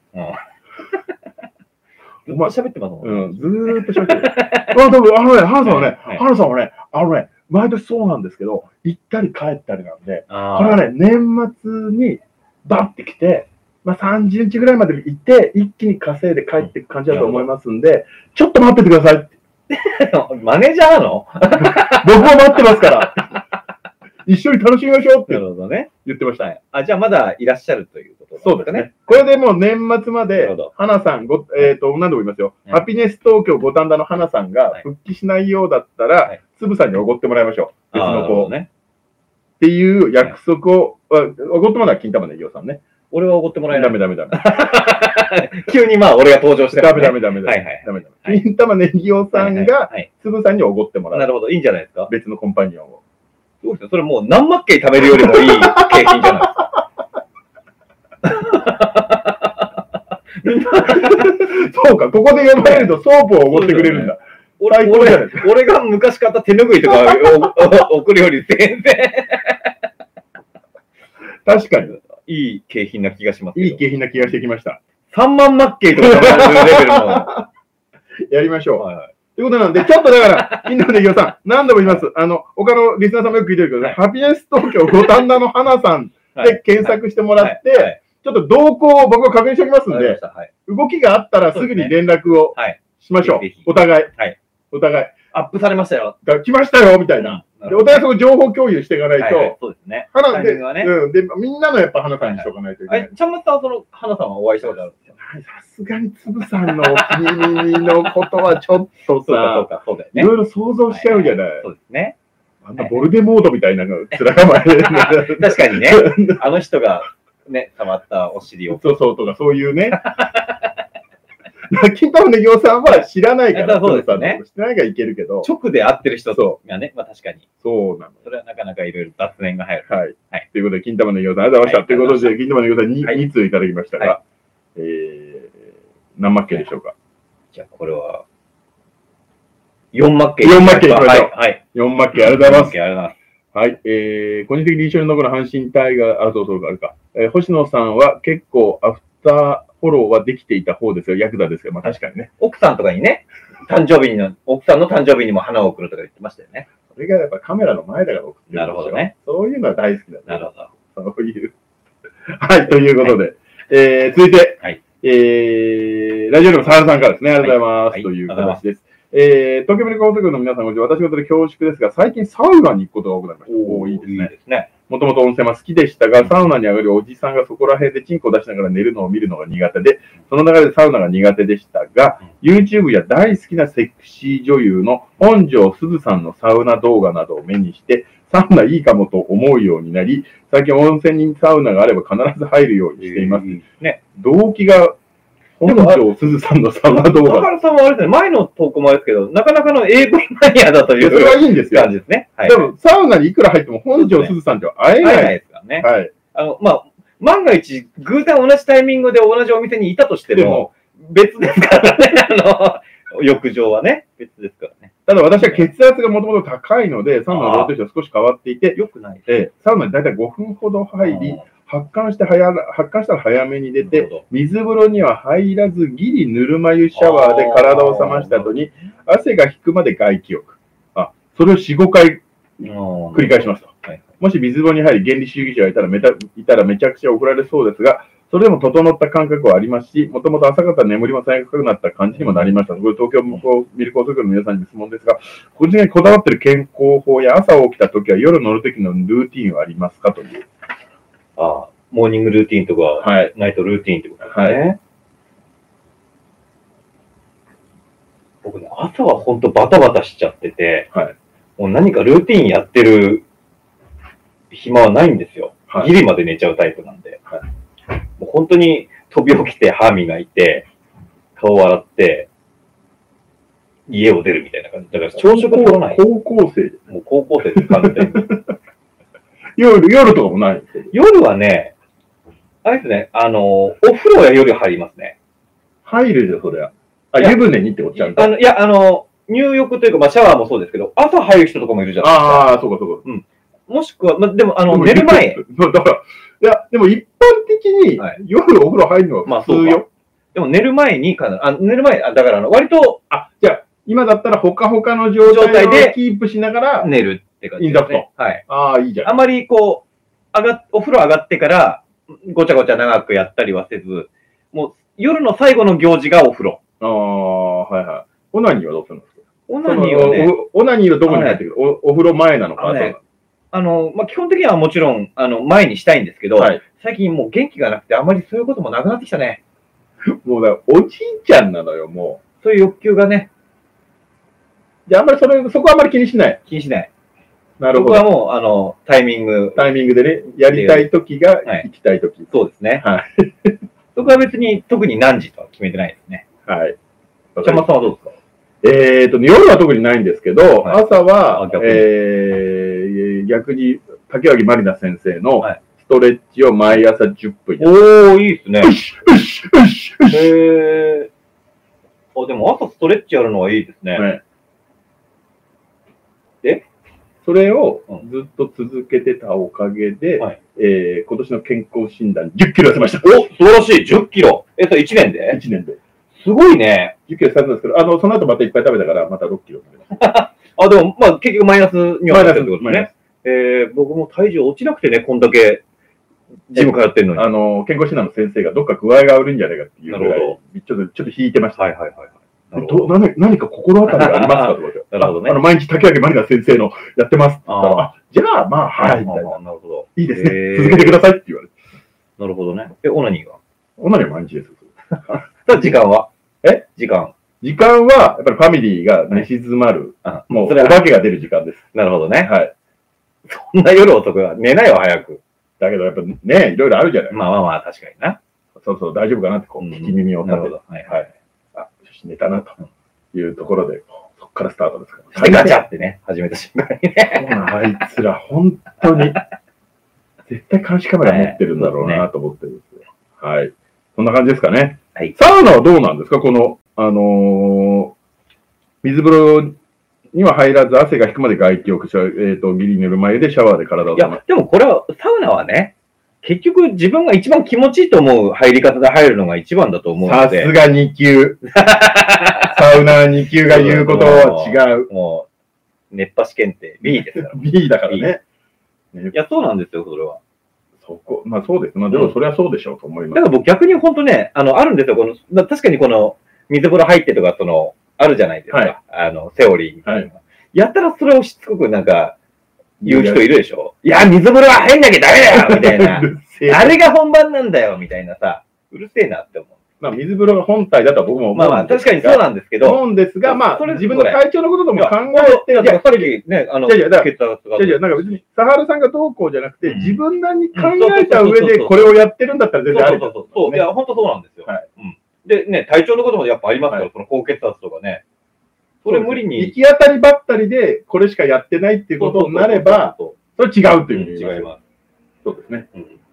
ずっと喋ってますもんね。 うん、ずーっと喋ってる。あ、どうも、あのね、ハンさんはね、ハンさんはね、あのね、毎年そうなんですけど、行ったり帰ったりなんで、これはね、年末にバッて来て、まあ、さんじゅうにちぐらいまで行って、一気に稼いで帰っていく感じだと思いますんで、ちょっと待っててくださいって。 マネージャーなの僕も待ってますから。一緒に楽しみましょうって言ってました。 はい、あ、じゃあまだいらっしゃるということですね。 そうですね。これでもう年末まで、花さん、ごえっ、ー、と、何度も言いますよ。はい、ハピネス東京五反田の花さんが復帰しないようだったら、はい、つぶさんにおごってもらいましょう。別の子。ね、っていう約束を、おごってもらうのは金玉の営業さんね。 俺はおごってもらえない。 ダメダメダメ。 急にまあ俺が登場してダメダメダメダメ。はいはい。ダメダメ。金玉ねぎおさんが、つぶさんにおごってもらう。 なるほど。いいんじゃないですか。 別のコンパニオンを。 どうですかそれもう何マッケイ食べるよりもいい景品じゃないですか。 そうか、ここで呼ばれるとソープをおごってくれるんだ。 俺俺が昔買った手ぬぐいとかを送るより全然。 確かに。 いい景品な気がします。 いい景品な気がしてきました。 さんまんマッケイとかレベルの。 やりましょう。はいはい、ということなんで、ちょっとだから、金玉ねぎおさん、何度も言います。あの、他のリスナーさんもよく聞いてるけど、はい、ハピネス東京五反田の花さんで検索してもらって、ちょっと動向を僕は確認しておきますんで、はい、動きがあったらすぐに連絡をしましょう。うね、お互い。はい、お互い。 アップされましたよ。 来ましたよみたいな。でお互いその情報共有していかないと、はいはい、 そうですね。 花で、ね、うん、で、みんなのやっぱ花さんにしとかないといけない。 はいはい、ちゃんまつさんはその花さんはお会いしたことあるんですよ。 さすがにつぶさんのお気に入りのことはちょっとさ、そうかそうか、ね、いろいろ想像しちゃうじゃない。はいはい、 そうですね。 あんなボルデモードみたいなの面構えで。 確かにね。あの人がね、溜まったお尻を。 そうそうとか、そういうね。金玉ねぎおさんは知らないから、 そうですね。 知らないからいけるけど。 直で会ってる人がね、まあ確かに。 そうなの。 それはなかなかいろいろ雑念が入る。 はい。はい。ということで、金玉ねぎおさん、ありがとうございました。ということで、金玉ねぎおさんに、はい、に通いただきましたが、えー、何マッケでしょうか。 じゃあ、これは、よんマッケ。 よんマッケいきましょう。 はい。 よんマッケ、ありがとうございます。 ありがとうございます。 はい。えー、個人的に印象に残る阪神タイガー、あ、そうそうあるか。えー、星野さんは結構アフターフォローはできていた方ですよ。ヤクザですけど、まあ確かにね。 奥さんとかにね、誕生日に、奥さんの誕生日にも花を贈るとか言ってましたよね。 それがやっぱカメラの前だから送ってるんですよ。 なるほどね。 そういうのは大好きだ、ね。 なるほど。そういう。はい、ということで。はい、えー、続いて、はい、えー、ラジオネーム沢田さんからですね。ありがとうございます。はい、という話です。えー、東京メリカ高速の皆さんご私事で恐縮ですが、最近サウナに行くことが多くなりました。おー、いいですね。いいですね。もともと温泉は好きでしたが、サウナに上がるおじさんがそこら辺でチンコを出しながら寝るのを見るのが苦手で、その流れでサウナが苦手でしたが、YouTube や大好きなセクシー女優の本庄すずさんのサウナ動画などを目にして、サウナいいかもと思うようになり、最近温泉にサウナがあれば必ず入るようにしています。ね、動機が本庄すずさんのサウナ動画。 中原さんはあれですね、前の投稿もあれですけど、なかなかの エーブイ マニアだという。 それはいいんですよ。 感じですね。 はい。多分、サウナにいくら入っても本庄すずさんっては会えない。 会えないですからね。はい。あの、まあ、 万が一、偶然同じタイミングで同じお店にいたとしても、別ですからね、あの、浴場はね、別ですからね。 ただ私は血圧がもともと高いので、サウナのローテーションは少し変わっていて、 よくない。 えサウナにだいたいごふんほど入り、発汗して早発汗したら早めに出て、水風呂には入らず、ギリぬるま湯シャワーで体を冷ました後に、汗が引くまで外気浴。あ、それをよん、ごかい繰り返しますと。もし水風呂に入り原理主義者がいたらめたいたらめちゃくちゃ怒られそうですが、それでも整った感覚はありますし、もともと朝方眠りも最悪くなった感じにもなりました。これ東京ミル高速の皆さんに質問ですが、個人的にこだわっている健康法や朝起きたときは夜乗るときのルーティンはありますかという。 ああ、モーニングルーティンとか、はい、ナイトルーティンってことですね。はい、僕ね、朝は本当バタバタしちゃってて、はい、もう何かルーティンやってる暇はないんですよ。はい、ギリまで寝ちゃうタイプなんで。はい、もう本当に飛び起きて歯磨いて、顔洗って、家を出るみたいな感じ。だから朝食取らない。 高校生もう高校生です、完全に。 夜、夜とかもないんですよ。 夜はね、あれですね、あの、お風呂は夜入りますね。 入るよ、それは。あ、湯船にってことちゃんと。 あの、いや、あの、入浴というか、まあ、シャワーもそうですけど、朝入る人とかもいるじゃないですか。 ああ、そうかそうか。 うん。もしくは、まあ、でも、あの、寝る前。 だから、いや、でも一般的に、夜お風呂入るのは普通よ。まあ、 でも寝る前にかな、あ、寝る前、あだから、あの、割と、 あ、じゃあ、今だったらほかほかの状態でキープしながら、 寝るって感じですね。はい。 ああ、いいじゃん。 あまりこう、上が、お風呂上がってから、ごちゃごちゃ長くやったりはせず、もう、夜の最後の行事がお風呂。 ああ、はいはい。オナニーはどうするんですか？ オナニーはね、 オナニーはどこに入ってくる？お風呂前なのか？ あの、まあ、基本的にはもちろん、あの、前にしたいんですけど、はい、最近もう元気がなくて、あまりそういうこともなくなってきたね。 もうだ、おじいちゃんなのよ、もう。そういう欲求がね。 じゃあ、あんまりそれ、そこはあんまり気にしない。 気にしない。 なるほど。 そこはもう、あの、タイミング。 タイミングでね、やりたいときが、行きたいとき、はい。 そうですね。はい。そこは別に、特に何時とは決めてないですね。 はい。 茶間さんはどうですか？ えっと、夜は特にないんですけど、はい、朝は、逆に、えー、逆に竹脇まりな先生のストレッチを毎朝じゅっぷんやる。おー、いいですね。 よしよしよしよし。 へー。あ、でも朝ストレッチやるのはいいですね。はい、 で、それをずっと続けてたおかげで、はい、えー、今年の健康診断じゅっキロ痩せました。 お、素晴らしい。じゅっキロ。え、それいちねんで ? いち 年で。 すごいね。 じゅっキロ痩せたんですけど、あの、その後またいっぱい食べたから、またろっキロ。 あ、でも、まあ、結局マイナスにはなってるってことね。えー、僕も体重落ちなくてね、こんだけ、ジム通ってるのに。 あの、健康診断の先生がどっか具合が悪いんじゃないかっていうぐらい、ちょっと、ちょっと引いてました。 はいはいはい。 なるほど。何、何か心当たりがありますかとかって。 なるほどね。 あの、毎日竹脇まりな先生のやってます。あじゃあ、まあ、はい。なるほど。いいですね。続けてくださいって言われて。 なるほどね。え、オナニーはオナニーは毎日です。 時間はえ時間。 時間は、やっぱりファミリーが寝静まる。もう、お化けが出る時間です。 なるほどね。 はい。 そんな夜遅くは寝ないわ、早く。 だけど、やっぱね、いろいろあるじゃない。 まあまあまあ、確かにな。 そうそう、大丈夫かなって、こう、聞き耳を立てて。はいはい。あ、よし、寝たな、というところで、そこからスタートですから。 ガチャってね、始めた瞬間にね。 あいつら、本当に、絶対監視カメラ持ってるんだろうな、と思ってるんですよ。はい。そんな感じですかね。はい。サウナはどうなんですか？この、あのー、水風呂には入らず汗が引くまで外気浴、えっと、ギリぬるま湯でシャワーで体を冷ます。いや、でもこれは、サウナはね、結局自分が一番気持ちいいと思う入り方で入るのが一番だと思うので。 さすがに級。サウナに級が言うことは違う。 もう、熱波師検定 ビー ですから。 ビー だからね。 いや、そうなんですよ、それは。 そこ、まあそうです。まあでもそれはそうでしょうと思います。 だから僕逆に本当ね、あの、あるんですよ。この、確かにこの、水風呂入ってとか、その、あるじゃないですか。はい、あの、セオリーみたいな。はい、やったらそれをしつこくなんか、言う人いるでしょ？いや、水風呂は入んなきゃダメだよみたいな。あれが本番なんだよみたいなさ、うるせえなって思う。 まあ、水風呂が本体だとは僕も思うんですが。 まあまあ、確かにそうなんですけど。 思うんですが、まあ、自分の体調のこととも考えて、 いや、さっきね、あの、 いやいや、だから、いやいや、なんか別に、サハルさんがどうこうじゃなくて、自分なりに考えた上でこれをやってるんだったら全然ありだと。 そう、いや、本当そうなんですよ。はい。うん。で、ね、体調のこともやっぱありますから、その高血圧とかね。それ無理に。 行き当たりばったりで、これしかやってないっていうことになれば、それ違うっていうふうに違います。 そうですね。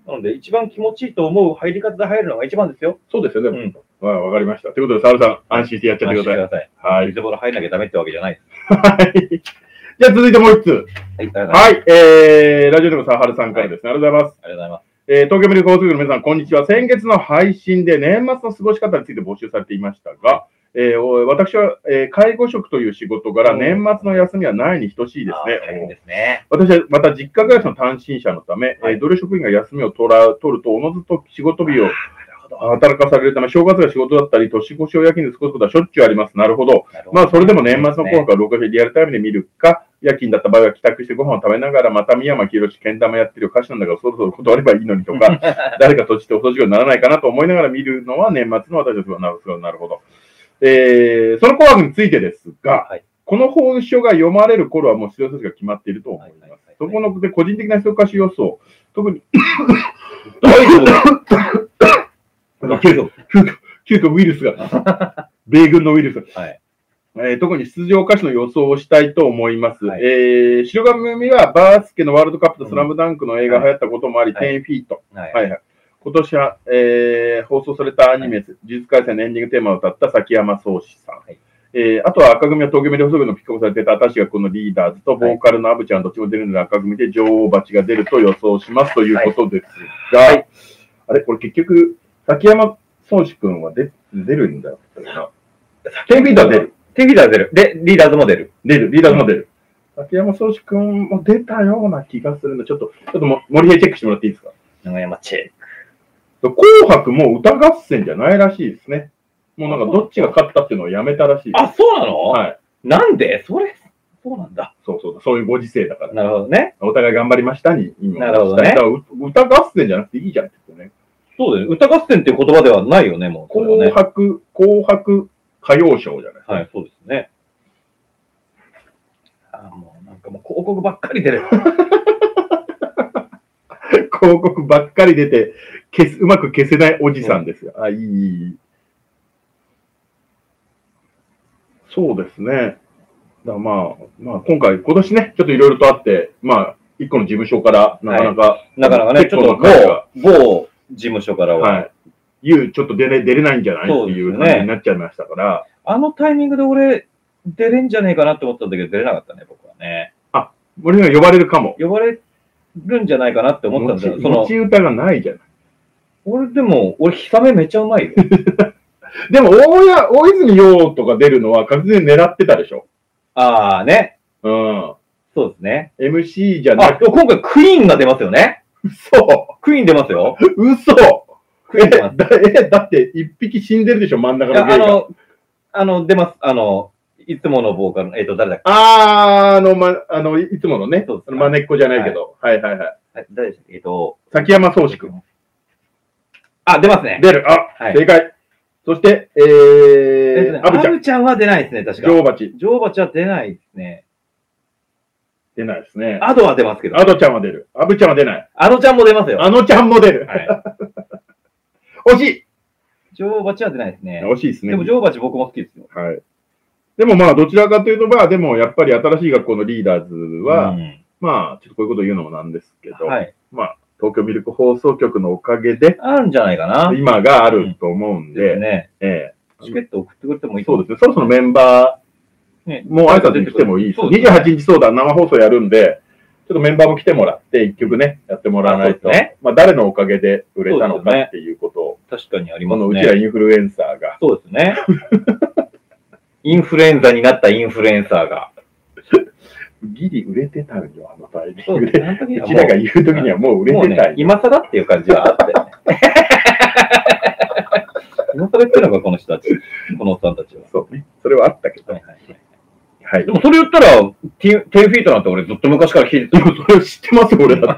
なので、一番気持ちいいと思う入り方で入るのが一番ですよ。 そうですよね。うん。わかりました。ということで、沙織さん、安心してやっちゃってください。 はい。水風呂入んなきゃダメってわけじゃないです。 はい。じゃあ続いてもう一つ。はい。はい。えー、ラジオでもさはるさんからですね。ありがとうございます。 ありがとうございます。 えー、東京ミルク放送局の皆さん、こんにちは。先月の配信で年末の過ごし方について募集されていましたが、えー、私は、えー、介護職という仕事柄、年末の休みはないに等しいですね。 大変ですね。 私はまた実家暮らしの単身者のため、はい、えー、どれ職員が休みを取ら取ると、おのずと仕事日を働かされるため、正月が仕事だったり、年越しを夜勤で過ごすことはしょっちゅうあります。なるほど。まあ、それでも年末の紅白は録画してリアルタイムで見るか、夜勤だった場合は帰宅してご飯を食べながら、また三山清志、けん玉やってる歌手なんだから、そろそろ断ればいいのにとか、誰か閉じてお掃除がならないかなと思いながら見るのは年末の私たちはなるほど。なるほど。えー、その紅白についてですが、はい、この報書が読まれる頃はもう出場者が決まっていると思います。そこので個人的な人化し予想、特に、大丈夫急遽、急遽ウイルスが、米軍のウイルスが、はいえー、特に出場歌手の予想をしたいと思います。はい、えー、白髪はバースケのワールドカップとスラムダンクの映画が流行ったこともあり、はい、じゅうフィート。はいはいはい今年は、えー、放送されたアニメ、はい、呪術廻戦のエンディングテーマを歌った崎山壮志さん。はいえー、あとは赤組は東京メディア放送局のピックアップされていた新しい学校のリーダーズとボーカルのアブちゃんどっちも出るので赤組で女王蜂が出ると予想しますということですが、はい、あれこれ結局、崎山壮志くんは出出るんだったかな。テンフィートは出る。 テンフィートは出る。で、リーダーズも出る。 出る。リーダーズも出る。崎山壮志くんも出たような気がするので、ちょっと、ちょっと森平チェックしてもらっていいですか長山チェック。 紅白も歌合戦じゃないらしいですね。もうなんかどっちが勝ったっていうのをやめたらしいです。 あ、そうなのはい。 なんでそれ、そうなんだ。 そうそう。そういうご時世だから。 なるほどね。 お互い頑張りましたに、 今。なるほどね。 歌合戦じゃなくていいじゃんって言ってね。 そうだよ。歌合戦っていう言葉ではないよね、もう、ね。 紅白、紅白歌謡ショーじゃないですか。はい、そうですね。あ、もうなんかもう広告ばっかり出る。 広告ばっかり出て、消す、うまく消せないおじさんですよ。うん、あ、いい。そうですね。だまあ、まあ、今回、今年ね、ちょっといろいろとあって、まあ、一個の事務所から、なかなか、はい、 なかなかね、ちょっと某、某事務所からは、はい。 言う、ちょっと出れ、出れないんじゃないっていう感じになっちゃいましたから。 あのタイミングで俺、出れんじゃねえかなって思ったんだけど、出れなかったね、僕はね。 あ、俺が呼ばれるかも。 呼ばれるんじゃないかなって思ったんだよ。 その持ち歌がないじゃない。 俺でも、俺、ひさめめちゃうまいよ。 でも、大や、大泉洋とか出るのは確実に狙ってたでしょ。 ああ、ね。 うん。 そうですね。 エムシー じゃなくて。あ、今回クイーンが出ますよね。 嘘。 クイーン出ますよ。 嘘。クイーン出ます。え、だ、え、だって一匹死んでるでしょ、真ん中のゲイが。 あの、あの、出ます。あの、いつものボーカルの、えっと、誰だっけあー、あの、ま、あの、いつものね。そうです。まねっこじゃないけど。はい、はい、はいはい。 誰でしたっけえっと、 崎山壮志くん。 あ、出ますね。 出る。あ、はい、正解。そして、えー、 ね、アブちゃん。アブちゃんは出ないですね、確か。 女王蜂。 女王蜂は出ないですね。 出ないですね。 アドは出ますけど。 アドちゃんは出る。アブちゃんは出ない。 アドちゃんも出ますよ。 あのちゃんも出る。はい。惜しい。 女王蜂は出ないですね。 惜しいですね。 でも女王蜂僕も好きですよ。 はい。でもまあ、どちらかというと、まあ、でもやっぱり新しい学校のリーダーズは、うん、まあ、ちょっとこういうことを言うのもなんですけど、はい、まあ、東京ミルク放送局のおかげで、 あるんじゃないかな。 今があると思うんで、うん、ね、 ええ。チケット送ってくれてもいいそうですね。そろそろメンバー、ね、もう挨拶に来てもいいです。にじゅうはちにち相談生放送やるんで、ちょっとメンバーも来てもらって、一曲ね、やってもらわないと、ね、まあ、誰のおかげで売れたのかっていうことを、 ね、確かにありますね。 このうちらインフルエンサーが。 そうですね。インフルエンザになったインフルエンサーが。 ギリ売れてたんよ、あのタイミングで。うちらが言うときにはもう売れてたんよ。 ね、今更っていう感じはあったよね。今更っていうのがこの人たち、このおっさんたちは。 そうね。それはあったけど。はいはいはい。でもそれ言ったら、テンフィートなんて俺ずっと昔から聞いてた。 でもそれ知ってます、俺だって。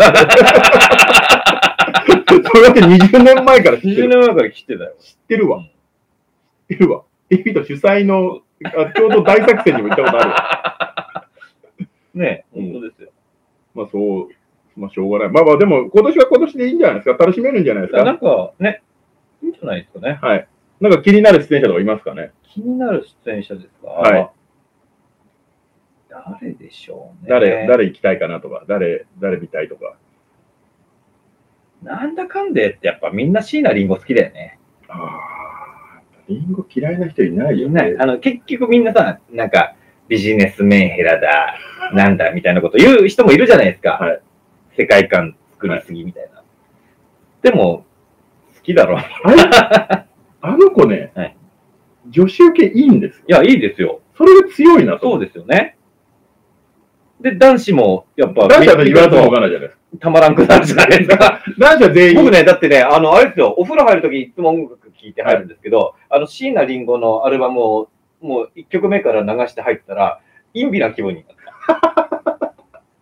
それだってにじゅうねんまえから知ってる。 にじゅうねんまえから知ってたよ。 知ってるわ。知ってるわ。テンフィート主催の、あちょうど大作戦にも行ったことある。ねえ、本当ですよ。 まあそう、まあしょうがない。まあまあでも今年は今年でいいんじゃないですか。楽しめるんじゃないですか。 なんかね、いいんじゃないですかね。 はい。なんか気になる出演者とかいますかね。 気になる出演者ですか。 はい。 誰でしょうね。 誰、誰行きたいかなとか、誰、誰見たいとか。 なんだかんでってやっぱみんな椎名林檎好きだよね。 ああ、リンゴ嫌いな人いないよね。 あの、結局みんなさ、なんか、ビジネスメンヘラだ、なんだ、みたいなこと言う人もいるじゃないですか。はい、世界観作りすぎみたいな。はい、でも、好きだろ。 あの子ね、はい、女子受けいいんですよ。 いや、いいですよ。 それが強いなと。 そうですよね。で、男子も、やっぱ、 男子は言わずもがないじゃないですか。 たまらんくなるじゃないですか。 男子は全員。 僕ね、だってね、あの、あれですよ、お風呂入るときいつも音楽聴いて入るんですけど、はい、あの、椎名林檎のアルバムを、もういっきょくめから流して入ったら、陰微な気分になった。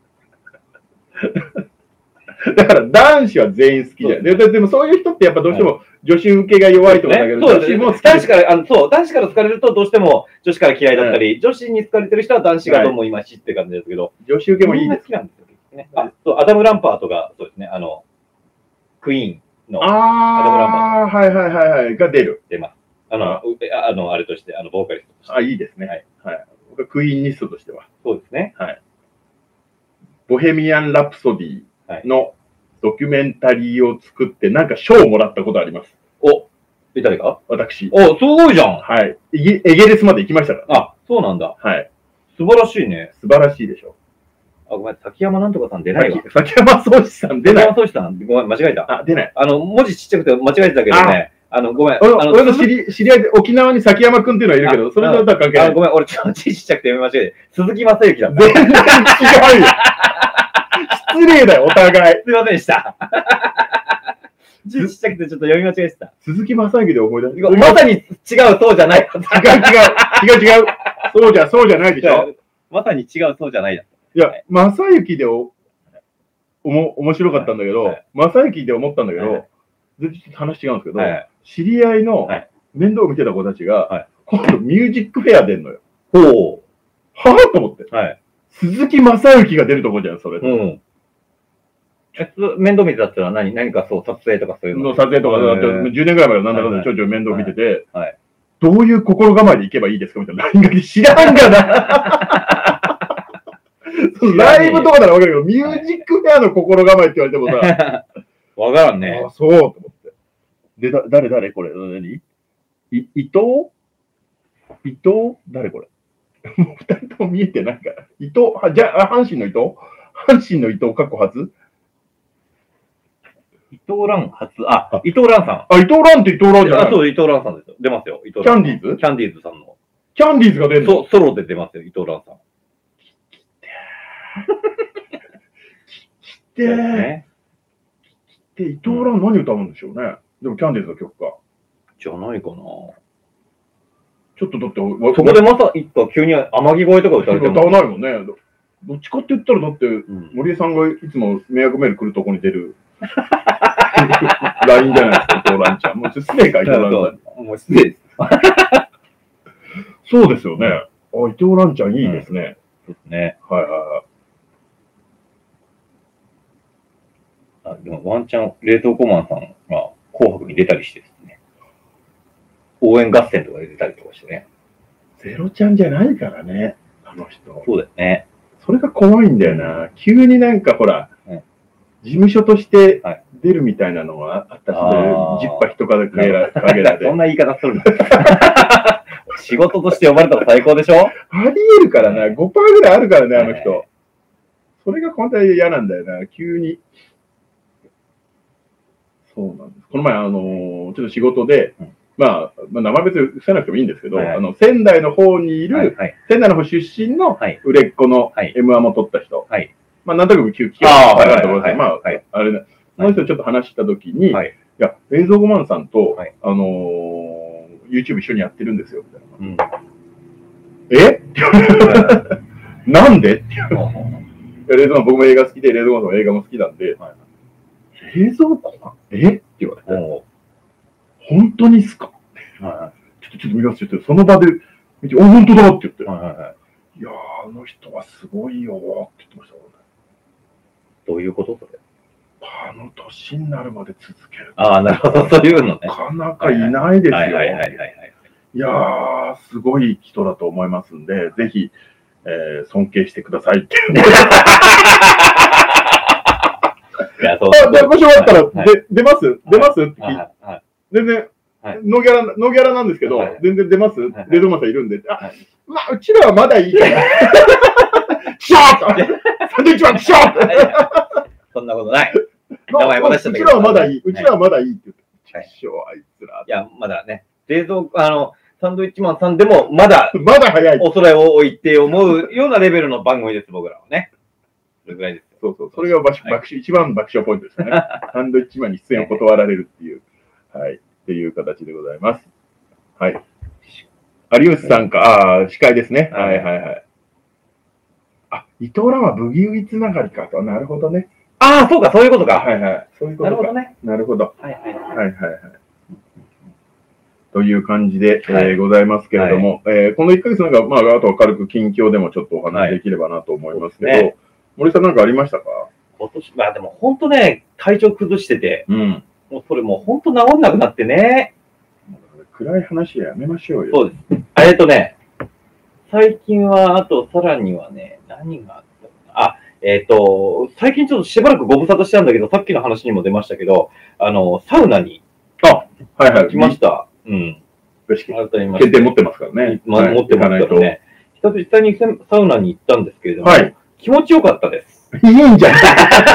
だから男子は全員好きじゃん。で, でもそういう人ってやっぱどうしても女子受けが弱いと思うんだけど、 ね、女子も好き。男子から、あの、そう、男子から好かれるとどうしても女子から嫌いだったり、うん、女子に好かれてる人は男子がどうも今しって感じですけど、はい、 女子受けもいいです。 好きなんですよね。あ、そう、アダム・ランパートが、そうですね、あの、クイーンのアダム・ランパート。はいはいはいはい、が出る。 出ます。あの、あ, あの、あれとして、あの、ボーカリストとして。 あ、いいですね。はい。はい。僕はクイーンニストとしては。 そうですね。 はい。ボヘミアン・ラプソディのドキュメンタリーを作って、なんか賞をもらったことあります。 お、え、誰か？ 私。 お、すごいじゃん。 はい。エゲレスまで行きましたから。 あ、そうなんだ。 はい。 素晴らしいね。 素晴らしいでしょ。 あ、ごめん、崎山なんとかさん出ないわ。 崎山宗志さん出ない。 崎山宗志さん、ごめん、間違えた。 あ、出ない。 あの、文字ちっちゃくて間違えてたけどね。あの、ごめん。 あの、俺の知り、知り合いで沖縄に崎山くんっていうのはいるけど、それとは関係ない。 あ、ごめん、俺ちょっと字ちっちゃくて読み間違えて。鈴木正幸だった。 全然違うよ。失礼だよ、お互い。 すいませんでした。字ちっちゃくてちょっと読み間違えてた。 鈴木正幸で思い出す。 まさに違う、そうじゃない。違う、 違う、違う、違う。そうじゃ、そうじゃないでしょ。 まさに違う、そうじゃないだ。 いや、正幸でお、おも、面白かったんだけど、正幸で思ったんだけど、全然話違うんですけど、知り合いの面倒を見てた子たちが、今度ミュージックフェア出んのよ。 ほう。 はぁと思って。鈴木正幸が出るとこじゃん、それ。うん。 面倒見てたってのは何何かそう、撮影とかそういうの。 の撮影とか、じゅうねんぐらい前からなんだかんだちょいちょい面倒見てて、どういう心構えでいけばいいですかみたいな。ラインが知らんがな。ライブとかならわかるけど、ミュージックフェアの心構えって言われてもさ、 わからんね。 あ、そうと思って。で、だ、誰誰これ何い、伊藤伊藤誰これもう二人とも見えてないから。伊藤、は、じゃあ、阪神の伊藤阪神の伊藤、過去初伊藤蘭初、あ、伊藤蘭さん。あ、伊藤蘭って伊藤蘭じゃない？ あ、そう、伊藤蘭さんですよ。出ますよ。伊藤キャンディーズキャンディーズさんの。 キャンディーズが出るの？ そう、ソロで出ますよ、伊藤蘭さん。 で、ね、で、伊藤蘭何歌うんでしょうね。でもキャンディーズの曲か。 じゃないかな。 ちょっとだって、 そこでまさ一個急に天城越えとか歌われても歌わないもんね。どっちかって言ったら、だって、森江さんがいつも迷惑メール来るとこに出るラインじゃないですか、伊藤蘭ちゃん。もう失礼か、伊藤蘭ちゃん。 もう失礼です。 そうですよね。あ、伊藤蘭ちゃんいいですね。 そうですね。 はいはいはい。 あ、でもワンチャン、冷凍コマンさんが紅白に出たりしてですね。応援合戦とかで出たりとかしてね。 ゼロちゃんじゃないからね、あの人。 そうだよね。 それが怖いんだよな。急になんかほら、うん、事務所として出るみたいなのがあったし、はい、ジッパ人影らで。 そんな言い方するんだ。仕事として呼ばれたら最高でしょ？ あり得るからな。ごパーセントぐらいあるからね、あの人。はい、それが本当に嫌なんだよな、急に。そうなんです。この前、あのー、ちょっと仕事で、うん、まあ、まあ、名前別に伏せなくてもいいんですけど、はいはい、あの、仙台の方にいる、はいはい、仙台の方出身の売れっ子の エムワン も取った人。はい、まあ、なんとなく聞きああるところで、まあ、はい、あれね、その人ちょっと話したときに、はい、いや、映像ごまんさんと、はい、あのー、YouTube 一緒にやってるんですよ、みたいな。うん、えって言われて、なんでって言われて。レーゾーマン、僕も映画好きで、レーゾーマンの映画も好きなんで、はい、冷蔵庫かえって言われて、本当にっすか、はい、ちょっとちょっと見ますって言って、その場で見て、お、本当だって言って、はいはいはい、いやー、あの人はすごいよーって言ってましたもんね。どういうことそれ？ あの年になるまで続ける。 ああ、なるほど、そういうのね。 なかなかいないですよ。 はいはいはいはいはい。 いやー、すごい人だと思いますんで、ぜひ、えー、尊敬してくださいっていう。 あ、じゃあもし終わったら、で、出ます出ますって聞いて。全然、ノーギャラ、ノーギャラなんですけど、全然出ますレドマさんいるんで。あ、まあ、うちらはまだいいかな。キショーッサンドイッチマンキショーッそんなことない。名前も出しちゃったけど。 うちらはまだいい。うちらはまだいいって言って。キショー、あいつら。 いや、まだね。冷蔵庫、あの、サンドイッチマンさんでも、まだ、 まだ早い。 恐れを置いて思うようなレベルの番組です、僕らはね。それぐらいです。 そうそう。それが爆笑、一番爆笑ポイントですね。サンドイッチマンに出演を断られるっていう。はい。っていう形でございます。はい。有吉さんか、ああ、司会ですね。はいはいはい。あ、伊藤蘭はブギウギつながりかと。なるほどね。 ああ、そうか、そういうことか。 はいはい。そういうことか。 なるほどね。 なるほど。 はいはいはいはいはい。という感じで、はい、えー、ございますけれども、はい、えー、このいっかげつなんか、まあ、あとは軽く近況でもちょっとお話できればなと思いますけど、はいね、森さんなんかありましたか？ 今年、まあでも本当ね、体調崩してて、うん、もうそれもう本当治んなくなってね。 暗い話やめましょうよ。 そうです。えっとね、最近は、あとさらにはね、何があったかな。あ、えっと、最近ちょっとしばらくご無沙汰したんだけど、さっきの話にも出ましたけど、あの、サウナに、 あ、はいはい。 来ました。うん。 決定持ってますからね。 まあ、持ってますからね。久々にサウナに行ったんですけれども、 はい、 気持ちよかったです。 いいんじゃん。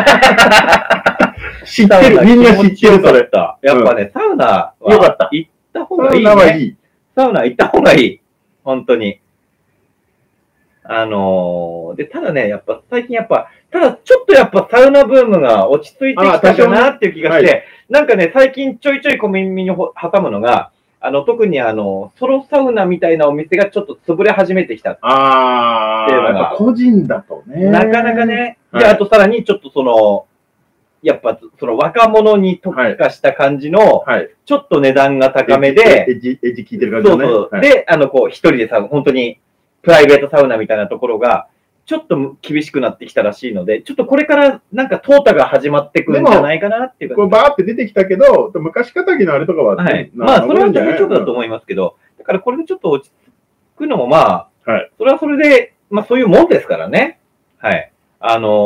知ってる。みんな知ってる、それ。 やっぱね、サウナは行った方がいい、ね。 サウナはいい。 サウナ行った方がいい。本当に。あのー、で、ただね、やっぱ最近やっぱ、ただちょっとやっぱサウナブームが落ち着いてきたかなっていう気がして、はい、なんかね、最近ちょいちょい小耳に挟むのが、あの、特にあの、ソロサウナみたいなお店がちょっと潰れ始めてきた。 ああ、やっぱ個人だとね。 なかなかね。はい、で、あとさらにちょっとその、やっぱその若者に特化した感じの、はいはい、ちょっと値段が高めで、 エッジ、エッジ効いてる感じのね。 そうそう。はい、で、あの、こう、一人でさ、本当にプライベートサウナみたいなところが、ちょっと厳しくなってきたらしいので、ちょっとこれからなんか淘汰が始まってくるんじゃないかなっていうか。 これバーって出てきたけど、昔かたぎのあれとかは、 はい。まあ、それは大丈夫だと思いますけど、だからこれでちょっと落ち着くのもまあ、はい、それはそれで、まあそういうもんですからね。はい。あの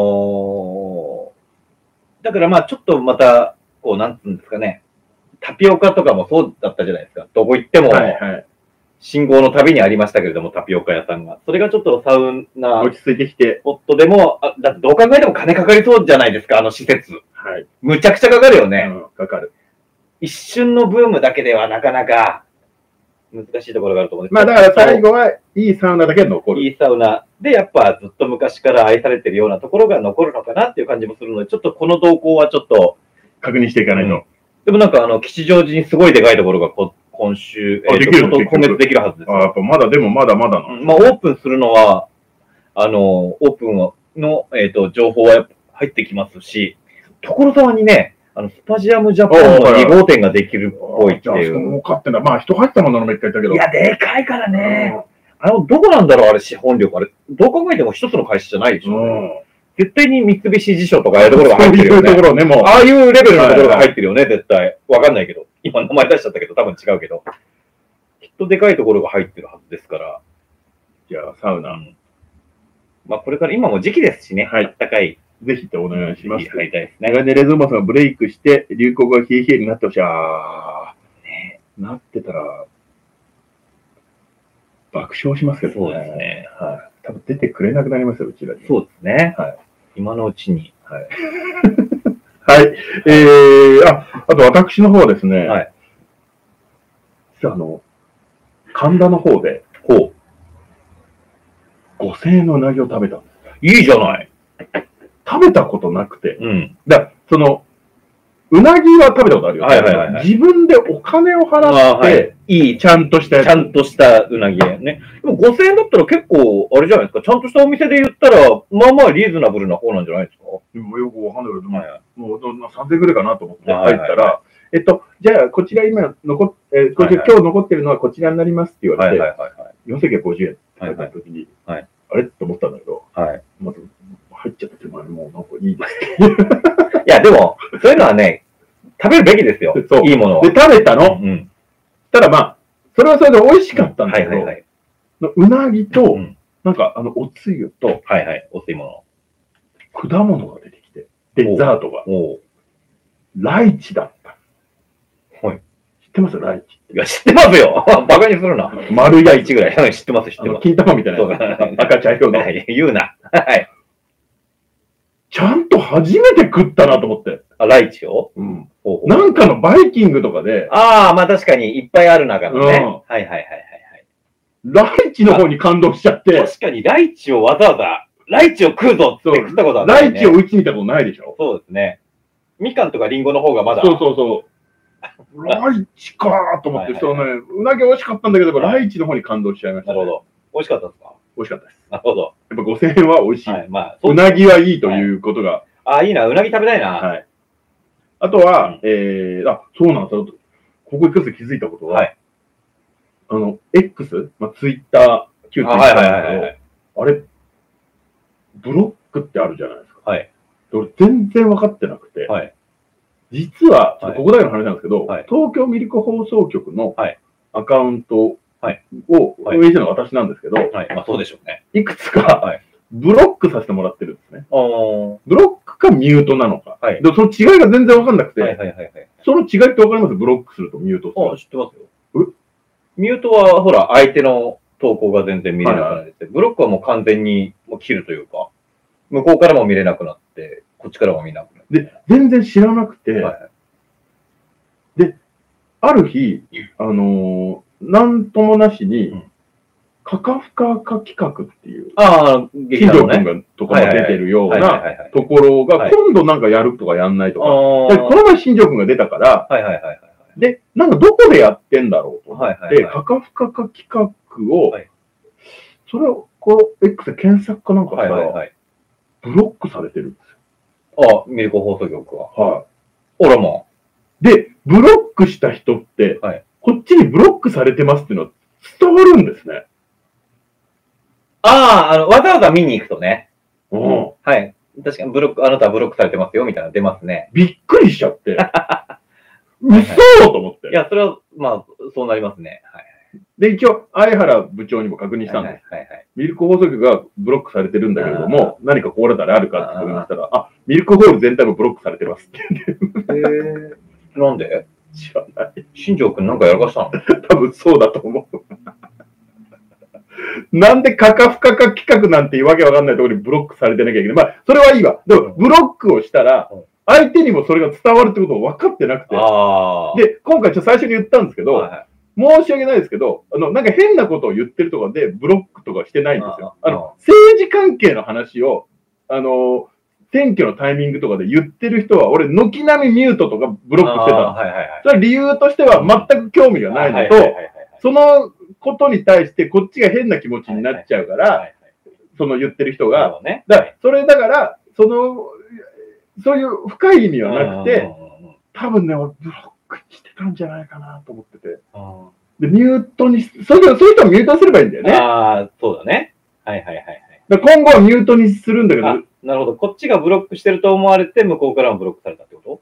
ー、だからまあちょっとまた、こう、なんつうんですかね、タピオカとかもそうだったじゃないですか。どこ行っても、はいはい、信号の旅にありましたけれども、タピオカ屋さんが。それがちょっとサウナ、 落ち着いてきて、 スポットでも、あ、だってどう考えても金かかりそうじゃないですか、あの施設。はい。むちゃくちゃかかるよね。 うん、かかる。 一瞬のブームだけではなかなか難しいところがあると思うんです。 まあだから最後はいいサウナだけ残る。 いいサウナで、やっぱずっと昔から愛されてるようなところが残るのかなっていう感じもするので、ちょっとこの動向はちょっと、 確認していかないと。うん、 でもなんかあの、吉祥寺にすごいでかいところがこ今週、 えー、できる今月できるはずです。 あ、やっぱまだでもまだまだな。 まあオープンするのは、あの、オープンの、えっと、情報は入ってきますし、所沢にね、あの、スタジアムジャパンのに号店ができるっぽいっていう。 儲かってんだ。まあ人入ったもののめっか言ったけど。 いや、でかいからね。あの、どこなんだろうあれ、資本力。あれ、どう考えても一つの会社じゃないでしょ、ね。絶対に三菱地所とかああいうところが入ってるよね。 そういうところね、もう。 ああいうレベルのところが入ってるよね、絶対。わかんないけど。今名前出しちゃったけど、多分違うけど。きっとでかいところが入ってるはずですから。 じゃあ、サウナ。うん、 まあ、これから今も時期ですしね。はい。あったかい。 ぜひとお願いします。 入りたいですね。 メガネレズーマさんがブレイクして、流行語が冷え冷えになってほしい。あー、ね、なってたら、爆笑しますけどね。 そうですね。 はい。多分出てくれなくなりますよ、うちらに。 そうですね。はい。今のうちに。 はい。はい。えー、あ、あと私の方はですね。はい。実はあの、神田の方で、ほう。ごせんえんのうなぎを食べたんです。 いいじゃない。 食べたことなくて。 うん。 だその、うなぎは食べたことあるよ。 はいはいはい、はい。 自分でお金を払って、はい、 いい、ちゃんとしたやつ。ちゃんとしたうなぎね。でもごせんえんだったら結構、あれじゃないですか。ちゃんとしたお店で言ったら、まあまあリーズナブルな方なんじゃないですか。 でもよくわかんないけど、はいはい、もうさんぜんえんぐらいかなと思って入ったら、はいはいはい、えっと、じゃあ、こちら今残っ、えー、こちら、はいはい、今日残ってるのはこちらになりますって言われて、はいはいはいはい、よんせんきゅうひゃくごじゅうえんって書いた時に、はいはい、あれって思ったんだけど、はい、まず入っちゃった手前もうなんかいいです。 いや、でも、そういうのはね、食べるべきですよ。そう。いいものを。 で、食べたの。うん。ただまあ、それはそれで美味しかったんだけど、うん、はいはいはい、うなぎと、うん、なんかあの、おつゆと、 はいはい、お吸い物。 果物が出てきて。 デザートが。ライチだった。 はい。 知ってますライチって。 いや、知ってますよ。バカにするな。丸いライチぐらい。知ってます、知ってます。 金玉みたいな。赤茶色の。 言うな。はい。 ちゃんと初めて食ったなと思って。 あ、ライチをうん。なんかのバイキングとかで。 ああ、まあ確かにいっぱいある中のね。はいはいはいはい。 ライチの方に感動しちゃって。 確かにライチをわざわざ、ライチを食うぞって食ったことはない、ね。ライチを打ち見たことないでしょ。 そうですね。みかんとかリンゴの方がまだ。 そうそうそう。ライチかーと思って、そうね、うなぎ美味しかったんだけど、ライチの方に感動しちゃいました、 ね。なるほど。美味しかったですか？ 美味しかったです。 なるほど。 やっぱごせんえんは美味しい。 はい、まあ、 うなぎはいいということが。はい、 ああ、いいな。うなぎ食べたいな。 はい。あとは、うん、えー、あ、そうなんですよ。ここ一つ気づいたことは、はい、あの、X、まあ、ツイッター、旧ツイッターなんですけど、あれ、ブロックってあるじゃないですか。 はい。 俺全然分かってなくて、はい、実は、ここだけの話なんですけど、はい、東京ミルク放送局のアカウントを運営してるのが私なんですけど、 はいはい、まあそうでしょうね。 いくつかブロックさせてもらってるんですね。ブロックかミュートなのか。はい、でその違いが全然分かんなくて、その違いって分かります？ブロックするとミュートする。 あ、知ってますよ。ミュートは、ほら、相手の投稿が全然見れなくなって、ブロックはもう完全にもう切るというか、向こうからも見れなくなって、こっちからも見なくなって。 で、全然知らなくて、はい、で、ある日、あのー、なんともなしに、うん、カカフカカ企画っていう、 ああ、 新庄君がとかが出てるようなところが、今度なんかやるとかやんないとか、でこの前新庄君が出たから、 はいはいはいはい、 で、なんかどこでやってんだろうと思って、カカフカカ企画を、はい、それをこう、X で検索かなんかしたら、はいはいはい、ブロックされてるんですよ。あ、ミルク放送局は。 はい。 ほらもう。で、ブロックした人って、はい、こっちにブロックされてますっていうのは伝わるんですね。 ああ、あの、わざわざ見に行くとね。 うん。 はい。確かにブロック、あなたはブロックされてますよ、みたいなの出ますね。 びっくりしちゃって。嘘と思って。 いや、それは、まあ、そうなりますね。はい。 で、一応、相原部長にも確認したんです。はいはいはいはい、ミルク放送局がブロックされてるんだけれども、何か心当たりあるかって確認したら、あ、ミルクホール全体もブロックされてますって言うんで。へー。なんで？ 知らない。 新庄くんなんかやらかしたの？ 多分そうだと思う。なんでカカフカカ企画なんていうわけわかんないところにブロックされてなきゃいけない。まあ、それはいいわ。でも、ブロックをしたら、相手にもそれが伝わるってことを分かってなくて。で、今回ちょっと最初に言ったんですけど、はいはい、申し訳ないですけど、あの、なんか変なことを言ってるとかでブロックとかしてないんですよ。あの、政治関係の話を、あの、選挙のタイミングとかで言ってる人は、俺、軒並みミュートとかブロックしてたんですよ。それは理由としては全く興味がないのと、そのことに対してこっちが変な気持ちになっちゃうから、その言ってる人が、だからそれだから、その、そういう深い意味はなくて、多分ね、俺ブロックにしてたんじゃないかなと思ってて。で、ミュートに、そういうそういう人はミュートすればいいんだよね。 ああ、そうだね。はいはいはいはい。 だ今後はミュートにするんだけど。 なるほど。こっちがブロックしてると思われて、向こうからもブロックされたってこと ？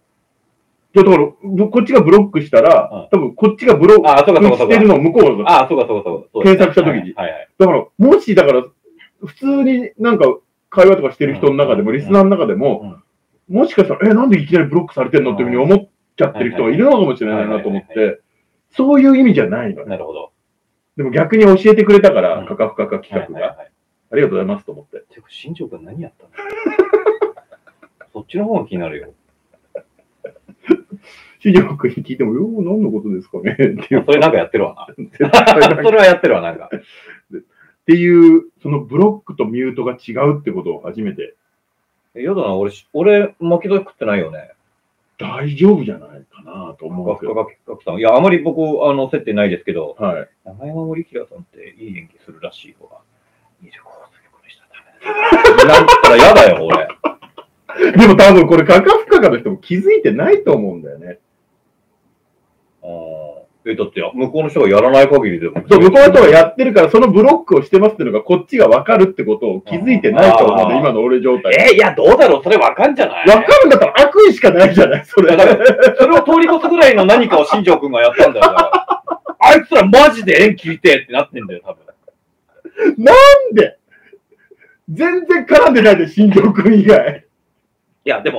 だから、こっちがブロックしたら、多分こっちがブロックしてるのを向こうが、あ、そうかそうかそうか。 検索したときに。だから、もし、だから、普通になんか会話とかしてる人の中でも、リスナーの中でも、もしかしたら、え、なんでいきなりブロックされてんのっていうふうに思っちゃってる人がいるのかもしれないなと思って、そういう意味じゃないの。 なるほど。 でも逆に教えてくれたから、カカフカカ企画が。ありがとうございますと思って。 てか、新庄君何やったの？そっちの方が気になるよ。 新庄君に聞いても、よう、何のことですかねっていう。 それなんかやってるわな。それはやってるわ、なんか。 っていう、そのブロックとミュートが違うってことを初めて。 え、やだな、俺、俺、巻き添え食ってないよね。 大丈夫じゃないかなと思うけど。いや、あまり僕、あの、接点ないですけど、 はい。 長山森平さんっていい演技するらしいわ。ミルク放送局にしたらダメだ。なんつったら嫌だよ、俺。 でも多分これ、カカフカカの人も気づいてないと思うんだよね。 ああ。え、だって、向こうの人がやらない限りでも。 そう、向こうの人がやってるから、そのブロックをしてますっていうのが、こっちが分かるってことを気づいてないと思うんで、今の俺状態。 えー、いや、どうだろう、それ分かんじゃない？ 分かるんだったら悪意しかないじゃない、それ。 だから、それを通り越すぐらいの何かを新庄君がやったんだよ。あいつらマジで縁切りてえってなってんだよ、多分。 なんで全然絡んでないで、新庄君以外。 いや、でも、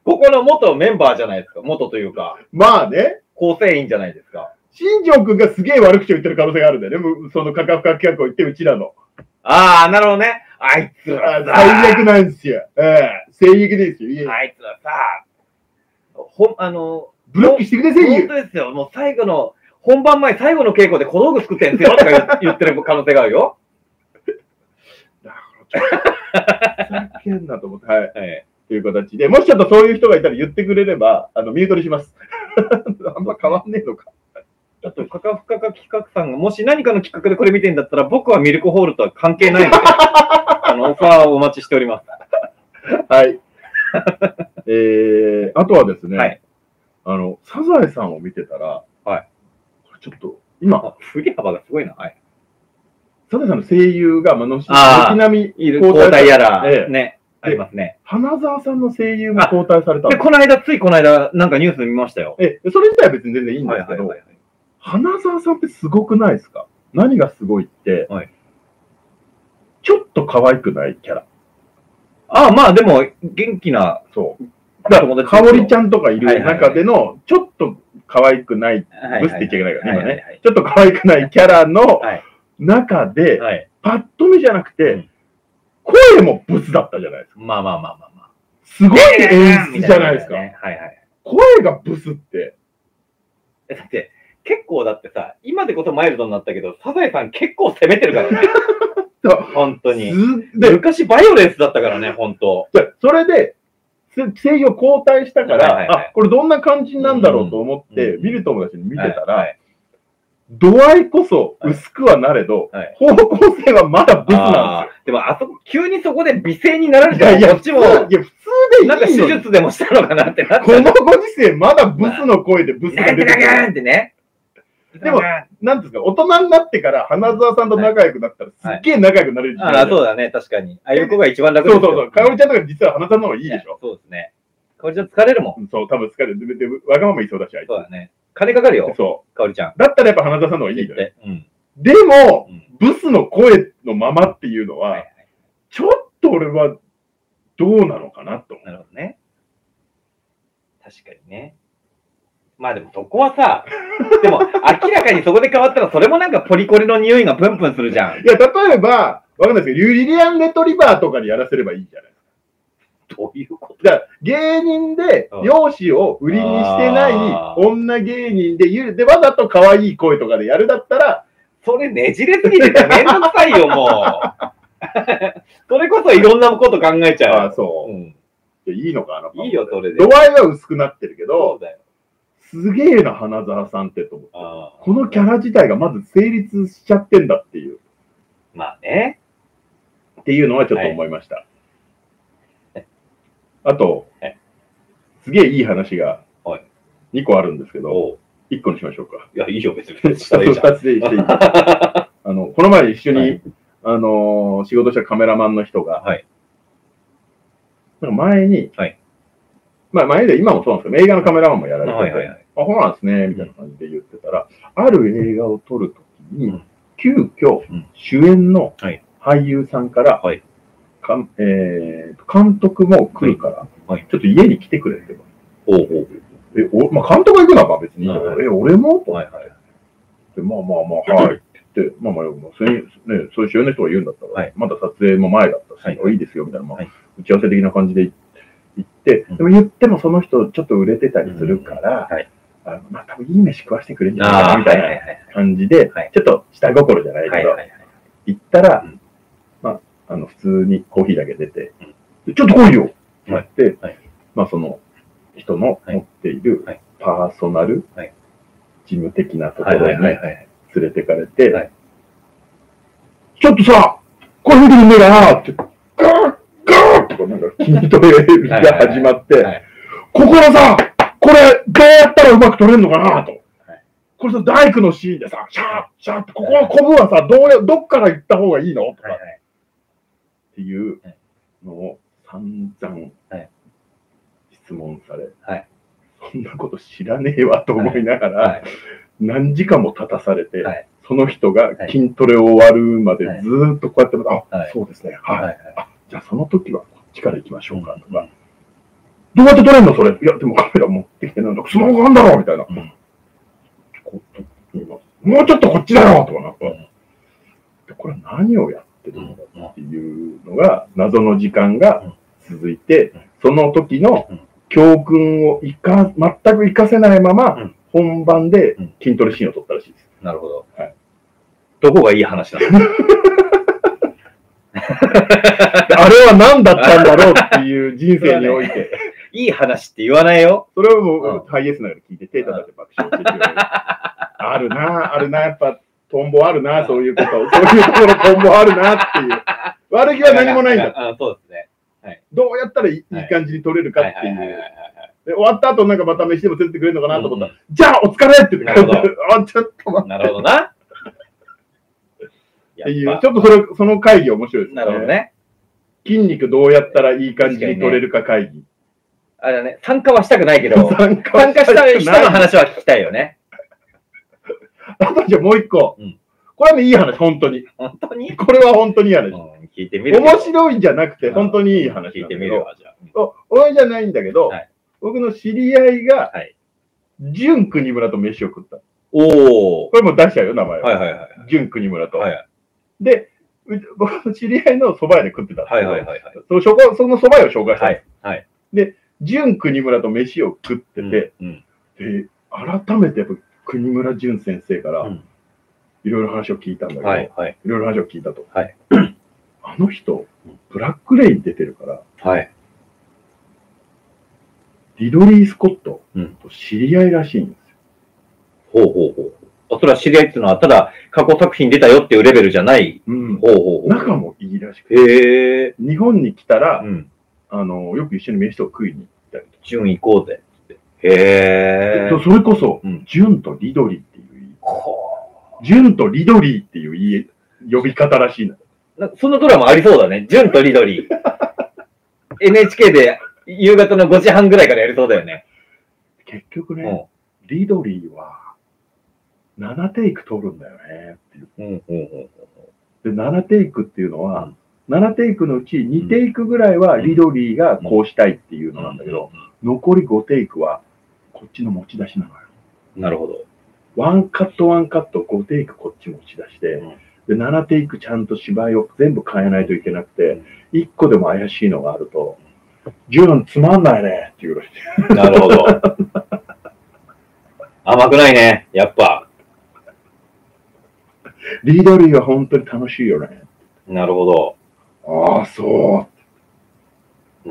ここの元メンバーじゃないですか。元というか。 まあね。 構成員じゃないですか。 新庄くんがすげえ悪口を言ってる可能性があるんだよね。そのカカフカ企画を言って、うちらの。 ああ、なるほどね。あいつらさ。最悪なんですよ。ええ。最悪ですよ。 あいつらさ。ほ、あの、 ブロックしてくださいよ。 本当ですよ。もう最後の、本番前最後の稽古で小道具作ってんすよとか言ってる可能性があるよ。 だからちょっと、ふざけんなと思って。はい。はい。という形で、もしちょっとそういう人がいたら言ってくれれば、あの、ミュートにします。あんま変わんねえのか。 あと、カカフカカ企画さんが、もし何かの企画でこれ見てんだったら、僕はミルクホールとは関係ないので、あの、オファーをお待ちしております。 はい。えー、あとはですね、はい、あの、サザエさんを見てたら、はい。ちょっと、今、 振り幅がすごいな。はい。 サザエさんの声優が、まのし、 軒並み交代やら、ええ、ね。ありますね。 花澤さんの声優も交代された。 で、この間、ついこの間、なんかニュース見ましたよ。 え、それ自体は別に全然いいんですけど、花澤さんってすごくないですか？何がすごいって、はい、ちょっと可愛くないキャラ。 ああ、まあでも、元気な。 そう。だから、かおりちゃんとかいる中での、ちょっと可愛くない、ブスって言っちゃいけないから、今ね。ちょっと可愛くないキャラの中で、パッと見じゃなくて、声もブスだったじゃないですか。 まあまあまあまあまあ。 すごい演出じゃないですか。はいはい。声がブスって。 だって、結構だってさ、今でこそマイルドになったけど、サザエさん結構攻めてるからね。本当に。で、昔バイオレンスだったからね、本当。 それで、声優を交代したから、あ、これどんな感じなんだろうと思って、見る友達に見てたら、度合いこそ薄くはなれど、方向性はまだブスなんですよ。 でも、あそこ、急にそこで美声になられたら、こっちも、いや、 普通でいいなんか手術でもしたのかなってなって。 このご時世、まだブスの声でブスが出てくる。 ガンってね。 でも、なんですか、大人になってから花澤さんと仲良くなったら、すっげえ仲良くなれる。 ああ、そうだね、確かに。ああいう子が一番楽ですよ。そうそうそう。かおりちゃんとか実は花澤さんの方がいいでしょ。 そうですね。かおりちゃん疲れるもん。 そう、多分疲れる。で、わがまま言いそうだし、 そうだね。金かかるよ。そう。かおりちゃん。 だったらやっぱ花澤さんの方がいいよね。うん。でも、ブスの声のままっていうのは、ちょっと俺はどうなのかなと。 なるほどね。確かにね。まあでもそこはさ、でも明らかにそこで変わったらそれもなんかポリコレの匂いがプンプンするじゃん。 いや、例えば、わかんないですけど、リリアン・レトリバーとかにやらせればいいじゃないですか。どういうこと？ だから芸人で容姿を売りにしてない女芸人で言う、で、わざと可愛い声とかでやるだったら、 それねじれすぎててめんどくさいよ、もう。それこそいろんなこと考えちゃう。 ああ、そう。うん、いいのかな。 いいよ、それで。 度合いは薄くなってるけど、すげえな、花澤さんってと思って。このキャラ自体がまず成立しちゃってんだっていう。 まあね。 っていうのはちょっと思いました。はい、あと、すげえいい話がにこあるんですけど、いっこにしましょうか。 いや、いいよ、別に。 ふたつでしていい。あの、この前一緒に、はい、あのー、仕事したカメラマンの人が、はい、なんか前に、はい、まあ前で今もそうなんですけど、映画のカメラマンもやられてて、はいはいはい、あ、そうなんですね、みたいな感じで言ってたら、うん、ある映画を撮るときに、うん、急遽、主演の俳優さんから、はい、かえー、監督も来るから、はい、ちょっと家に来てくれって言われて。おうおうえ、お、まあ、監督が行くのはまあ別にいいけど、はい、え、俺もと、はいはい、で、まあまあまあ、はいって言って、まあまあ、そういう、ね、そういう主演の人が言うんだったら、はい、まだ撮影も前だったし、はい、いいですよ、みたいな、まあ、はい、打ち合わせ的な感じで言って、でも言ってもその人ちょっと売れてたりするから、うん、はい、あのまあ多分いい飯食わしてくれるんじゃないかな、みたいな感じで、はい、ちょっと下心じゃないけど、はいはいはい、行ったら、うん、まあ、あの、普通にコーヒーだけ出て、うん、ちょっと来いよって言って、はいはい、まあその人の持っている、はいはい、パーソナル、はい、事務的なところに連れてかれて、はい、ちょっとさ、これ見てくんねえかなって、ガーッガーッとかなんか筋トレが始まって、ここのさ、これどうやったらうまく撮れるのかなと。はい、これさ、大工のシーンでさ、シャーッシャーッって、ここのコブはさ、どうや、どっから行った方がいいのとか、はいはい、っていうのを散々質問され、はい、そんなこと知らねえわと思いながら、はいはい、何時間も立たされて、はい、その人が筋トレを終わるまでずーっとこうやって、はい、あ、はい、そうですね、はい、はい、あ、じゃあその時はこっちから行きましょうかとか、 どうやって撮れんのそれ。いや、でもカメラ持ってきてなんだ。スマホがあんだろみたいな。うん、もうちょっとこっちだよとかなんか、うん、これ何をやってるんだっていうのが、謎の時間が続いて、その時の教訓をいか全く活かせないまま、本番で筋トレシーンを撮ったらしいです。 なるほど。はい、どこがいい話なのあれは何だったんだろうっていう人生において。 いい話って言わないよ。 それをもう、うん、ハイエースながら聞いて、手叩いて爆笑してる。あるな、あるな、やっぱ、トンボあるな、そういうこと。そういうところトンボあるなっていう。悪気は何もないんだ。 あ、そうですね。はい、 どうやったらいい、いい感じに撮れるかっていう。で、終わった後なんかまた飯でも連れてくれるのかなと思ったら、うん、じゃあお疲れって言って、あ、ちょっと待って。 なるほどな。 っていう、ちょっとそれ、その会議面白いですね。 なるほどね。 筋肉どうやったらいい感じに取れるか会議。 あれだね、参加はしたくないけど、参加した人の話は聞きたいよね。 あとじゃあもう一個。うん、これはね、いい話、本当に。 本当にこれは本当にいい話。うん、 聞いてみる。 面白いんじゃなくて、本当にいい話。 聞いてみるわ、じゃあ。俺じゃないんだけど、はい、僕の知り合いが、純国村と飯を食った。 おお。 これも出しちゃうよ、名前を。 はいはいはい。 純国村と。はいはい。で、僕の知り合いの蕎麦屋で食ってたんですけど、はいはいはいはい、そのその蕎麦屋を紹介したんです。はいはい、で、純国村と飯を食ってて、うんうん、で、改めてやっぱ国村淳先生からいろいろ話を聞いたんだけど、はいはい、いろいろ話を聞いたと。はい、あの人、ブラックレイン出てるから、はい、リドリー・スコットと知り合いらしいんですよ。ほうほうほう。それは知り合いっていうのは、ただ過去作品出たよっていうレベルじゃない。 うん、ほうほうほう。仲もいいらしくて。 へ日本に来たら、うん、あの、よく一緒に飯を食いに行ったりとか。 純行こうぜって。へー。それこそ、うん、純とリドリーっていう、純とリドリーっていう呼び方らしいの。 なんかそのドラマありそうだね。純とリドリー。エヌエイチケー で夕方のごじはんぐらいからやりそうだよね。 結局ね、うん、リドリーは、ななテイク取るんだよねっていう。うんうんうん、で、ななテイクっていうのは、うん、ななテイクのうちにテイクぐらいはリドリーがこうしたいっていうのなんだけど、残りごテイクはこっちの持ち出しなのよ。 なるほど。 ワンカットワンカットごテイクこっち持ち出して、うん、で、ななテイクちゃんと芝居を全部変えないといけなくて、いっこでも怪しいのがあると、ジュンつまんないねって言うらしい。 なるほど。甘くないね、やっぱ。 リドリーは本当に楽しいよね。 なるほど。 ああ、そう。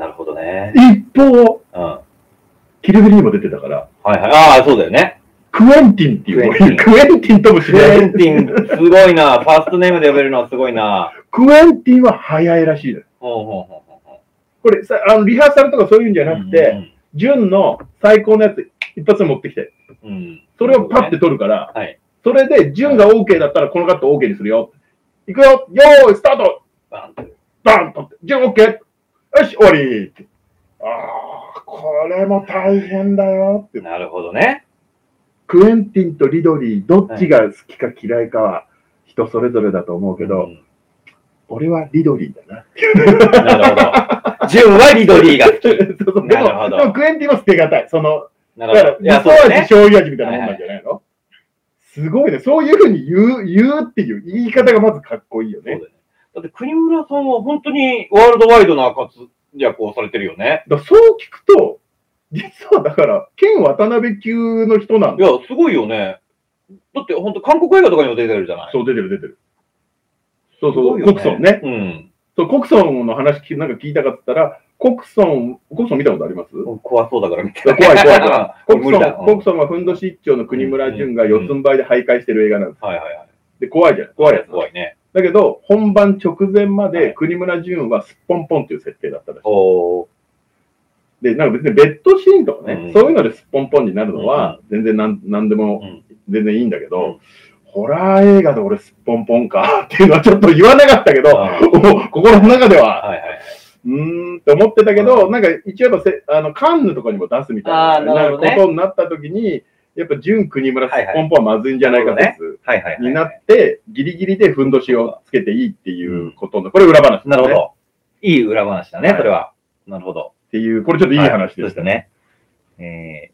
なるほどね。 一方、うん、キルビリーも出てたから。 はいはい。ああ、そうだよね。 クエンティンっていう。クエンティンとも知らない。 クエンティン、すごいな。ファーストネームで呼べるのはすごいな。 クエンティンは早いらしいです。ほうほうほうほう。これさ、あの、リハーサルとかそういうんじゃなくて、うんうん、純の最高のやつ一発持ってきて。うん、それをパッて取るから、はい、それで、順が OK だったら、このカット OK にするよ。いくよ、よーい、スタートバンバンと、順 OK! よし、終わりああ、これも大変だよって。 なるほどね。 クエンティンとリドリー、どっちが好きか嫌いかは人それぞれだと思うけど、はい、俺はリドリーだな。 なるほど。順はリドリーが好き。 そうそう、でも、でもクエンティンは捨てがたい。その、 なるほど。 だから、味噌味、醤油味みたいなもんなんじゃないの？すごいね。そういうふうに言う、言うっていう言い方がまずかっこいいよね。そうだね。 だって国村さんは本当にワールドワイドな活躍をされてるよね。 だそう聞くと、実はだから、県渡辺級の人なんだ。いや、すごいよね。だって本当韓国映画とかにも出てるじゃない。 そう、出てる出てる。そうそう、ね、国村ね。うん。そう、国村の話なんか聞いたかったら、国村、国村見たことあります？ 怖そうだから見て。 怖い怖い怖い。国村、国村はふんどし一丁の国村淳が四つん這いで徘徊してる映画なんです。はいはいはい。で、怖いじゃん。怖いやつ。 怖いね。 だけど、本番直前まで国村淳はすっぽんぽんっていう設定だったらしい。おで、なんか別にベッドシーンとかね、そういうのですっぽんぽんになるのは、全然なんなんでも、全然いいんだけど、ホラー映画で俺すっぽんぽんかっていうのはちょっと言わなかったけど、心の中では、はいはい、うーんって思ってたけど、なんか一応やっぱせあのカンヌとかにも出すみたいな、なことになった時に、やっぱ純国村すっぽんぽんはまずいんじゃないか説になって、ギリギリでふんどしをつけていいっていうことの、これ裏話、ね。 なるほど。いい裏話だね、それは。なるほど。 っていう、これちょっといい話でしたね。え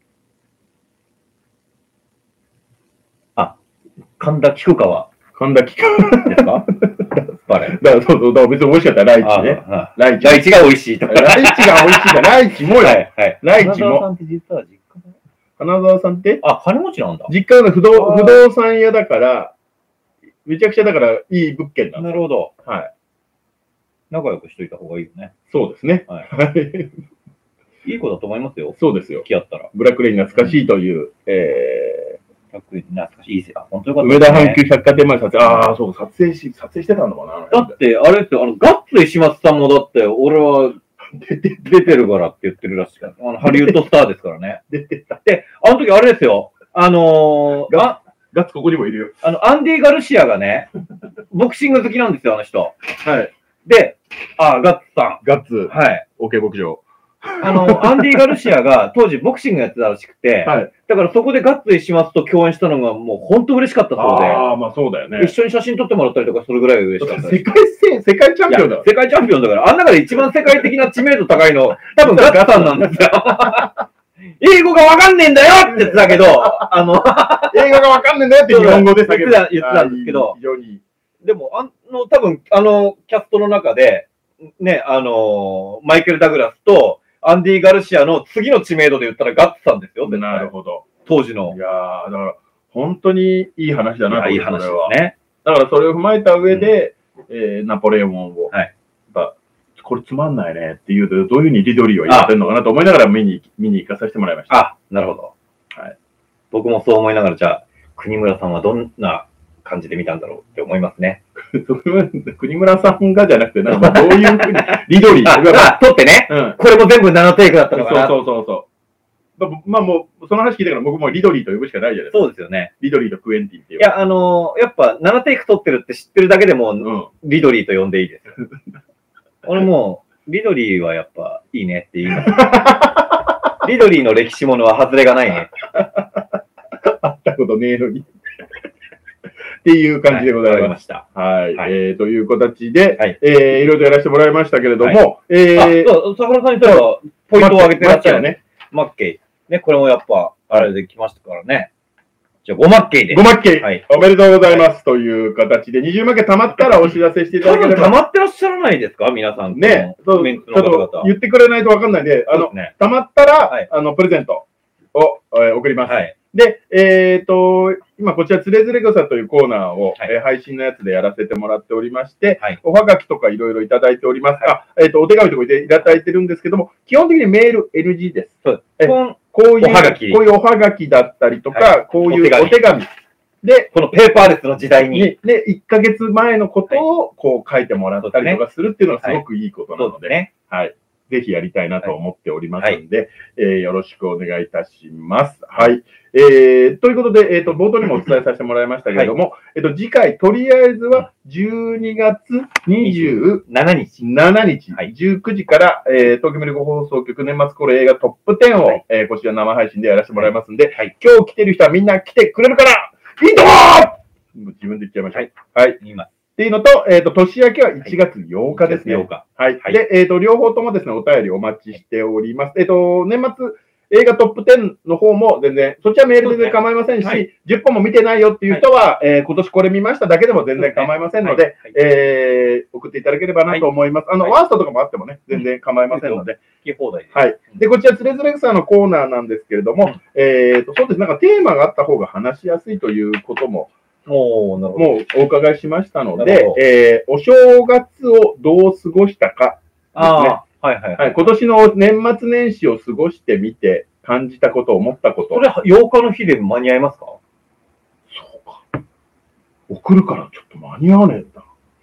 ー、あ、神田菊川。 神田菊川ですかバレ。 だからそうそう、だから別に美味しかったらライチね。 ライチ。ライチが美味しいと。 ライチが美味しいじゃライチもよ。 はいはい。 ライチも。 金沢さんって実は実家だ。 金沢さんってあ、金持ちなんだ。 実家の不動、不動産屋だから、めちゃくちゃだからいい物件なんだ。 なるほど。 はい。 仲良くしといた方がいいよね。 そうですね。 はい。いい子だと思いますよ。 そうですよ。 付き合ったら。 ブラックレイン懐かしいという、えー、ブラックレイン懐かしい。いいですよ。本当よかった、 ね。上田阪急百貨店前撮影、ああ、そう、撮影し、撮影してたんだもんな。 だって、あれですよ、あの、ガッツ石松さんもだって、俺は、出て、出てるからって言ってるらしいから。あの、ハリウッドスターですからね。 出てた。 で、あの時あれですよ。あのー、 ガガッツここにもいるよ。 あの、アンディ・ガルシアがね、ボクシング好きなんですよ、あの人。 はい。 で、あ、ガッツさん。 ガッツ。 はい。 OK 牧場。 あの、アンディ・ガルシアが当時ボクシングやってたらしくて、はい。だからそこでガッツ石松と共演したのがもう本当嬉しかったそうで。 ああ、まあそうだよね。 一緒に写真撮ってもらったりとかするぐらい嬉しかった。 世界戦、世界チャンピオンだ。 世界チャンピオンだから、あん中で一番世界的な知名度高いの、多分ガッツさんなんですよ。英語がわかんねえんだよって言ってたけど、あの、 英語がわかんねえんだよって日本語で言ってた、言ってたんですけど、非常に。でも、あの、多分、あの、キャストの中で、ね、あの、マイケル・ダグラスと、アンディ・ガルシアの次の知名度で言ったらガッツさんですよ。 なるほど。 当時の。 いやー、だから、本当にいい話だなといい話ですね。 だからそれを踏まえた上で、うん、えー、ナポレオンを、 はい、 これつまんないねっていうと、どういうふうにリドリーは言ってるのかなと思いながら見に、見に行かさせてもらいました。 あ、なるほど。はい。僕もそう思いながら、じゃあ、国村さんはどんな感じで見たんだろうって思いますね。 国村さんがじゃなくて、なんかどういうふうに、リドリー。 あ、撮ってね、うん。これも全部ナノテイクだったのかな。 そうそうそうそう。まあもう、その話聞いたから僕もリドリーと呼ぶしかないじゃないですか。 そうですよね。 リドリーとクエンティンっていう。 いや、あのー、やっぱナノテイク撮ってるって知ってるだけでも、うん、リドリーと呼んでいいですよ。俺もう、リドリーはやっぱいいねって言います。リドリーの歴史ものは外れがないね。 会ったことねえのに。っていう感じでございました。はい。はい、えー、という形で、はい、えー、いろいろやらせてもらいましたけれども、はい、えー、あ、桜さんにとってはポイントを上げてらっしゃるね。マッケイ。ね、これもやっぱ、あれで来ましたからね。じゃあ、ごマッケイで。 ごマッケイ。はい。おめでとうございます。はい、という形で、にじゅうマッケイ溜まったらお知らせしていただければ。 多分溜まってらっしゃらないですか皆さん。 ね。そう、ちょっと言ってくれないとわかんないんで、あの、ね、溜まったら、はい、あの、プレゼントを、えー、送ります。はい。で、えっと、今こちら、つれづれ草というコーナーを、はい、えー、配信のやつでやらせてもらっておりまして、はい、おはがきとかいろいろいただいておりますが、はい、えっと、お手紙とかいただいてるんですけども、基本的にメール エヌジー です。そうです。こういう、おはがき。こういうおはがきだったりとか、はい、こういうお手紙。で、 このペーパーレスの時代に。 で、いっかげつまえのことを、こう書いてもらったりとかするっていうのはすごくいいことなので、ね、はい。ぜひやりたいなと思っておりますので、はい、えー、よろしくお願いいたします。はい。えー、ということで、えっと、冒頭にもお伝えさせてもらいましたけれども、はい、えっと、次回、とりあえずはじゅうにがつにじゅうしちにち、しちにち、はい、じゅうくじから、えー、東京ミルク放送局年末コレ映画トップじゅうを、はい、えー、こちら生配信でやらせてもらいますんで、はい、今日来てる人はみんな来てくれるからいいとも自分で言っちゃいました。はい。はい。今っていうのと、えっと、年明けはいちがつようかですね。ようか。はい。はい、で、えっと、両方ともですね、お便りお待ちしております。えっと、年末映画トップじゅうの方も全然、そっちはメールで全然構いませんし、はい、じゅっぽんも見てないよっていう人は、はい、えー、今年これ見ましただけでも全然構いませんので、はいはい、えー、送っていただければなと思います。はい、あの、ワーストとかもあってもね、全然構いませんので。 聞き放題です。 はい。で、こちら、つれづれ草のコーナーなんですけれども、うん、えっと、そうです。なんかテーマがあった方が話しやすいということも、もうお伺いしましたので、えー、お正月をどう過ごしたかですね。あはいはい、はい。今年の年末年始を過ごしてみて、感じたこと、思ったこと。 それはようかの日で間に合いますか？ そうか。送るからちょっと間に合わねえんだ。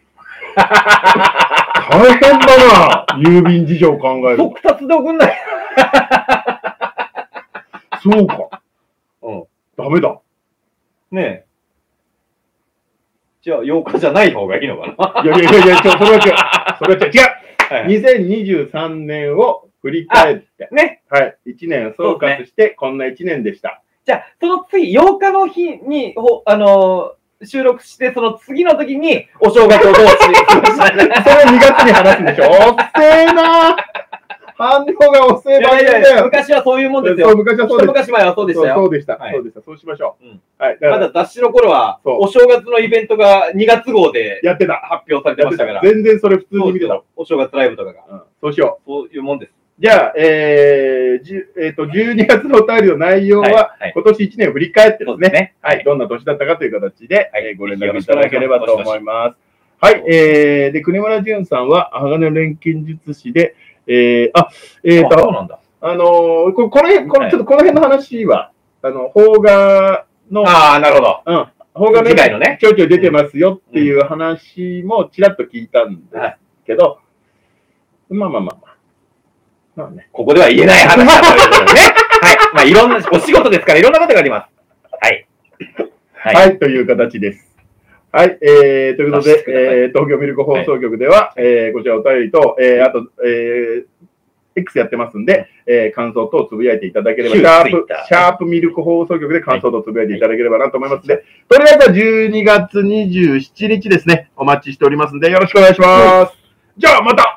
大変だな、郵便事情考えると。 速達で送んない。 そうか。うん。ダメだ。 ねえ。じゃあようかじゃない方がいいのかな。 いやいやいやいや、それは違う。それは違う。違う、はい、にせんにじゅうさんねんを振り返って、ね。はい。いちねん総括して、こんないちねんでした。 じゃあ、その次、ようかの日に、あのー、収録して、その次の時に、お正月をどうしそれにがつに話すんでしょおっせーなー半表が遅い番組だよ。 昔はそういうもんですよ。 そう、昔はそうです。 昔前はそうでしたよ。 そうでした。そうでした。そうしましょう。 はい。まだ雑誌の頃は、お正月のイベントがにがつ号でやってた。 発表されてましたから。 全然それ普通に見てた。 お正月ライブとかが。 そうしよう。そういうもんです。 じゃあ、えー、じゅ、えっと、じゅうにがつのお便りの内容は、今年いちねんを振り返ってですね、はい、どんな年だったかという形で、ご連絡いただければと思います。はい、えー、で、国村淳さんは、鋼の錬金術師で、えー、あ、えっと、あの、これ、これ、ちょっとこの辺の話は、あの、邦画の、 ああ、なるほど。 うん。邦画のね、ちょいちょい出てますよっていう話もちらっと聞いたんですけど、まあまあまあ。まあね、 ここでは言えない話だということでね。はい。まあ、いろんな、お仕事ですから、いろんなことがあります。はい。 はい、はい、という形です。はい。えー、ということで、えー、東京ミルク放送局では、はい、えー、こちらお便りと、えー、あと、えー、X やってますんで、えー、感想等をつぶやいていただければ、シャープ、シャープミルク放送局で感想等をつぶやいていただければなと思いますので、はい、とりあえずはじゅうにがつにじゅうしちにちですね、お待ちしておりますんで、よろしくお願いします。はい、じゃあ、また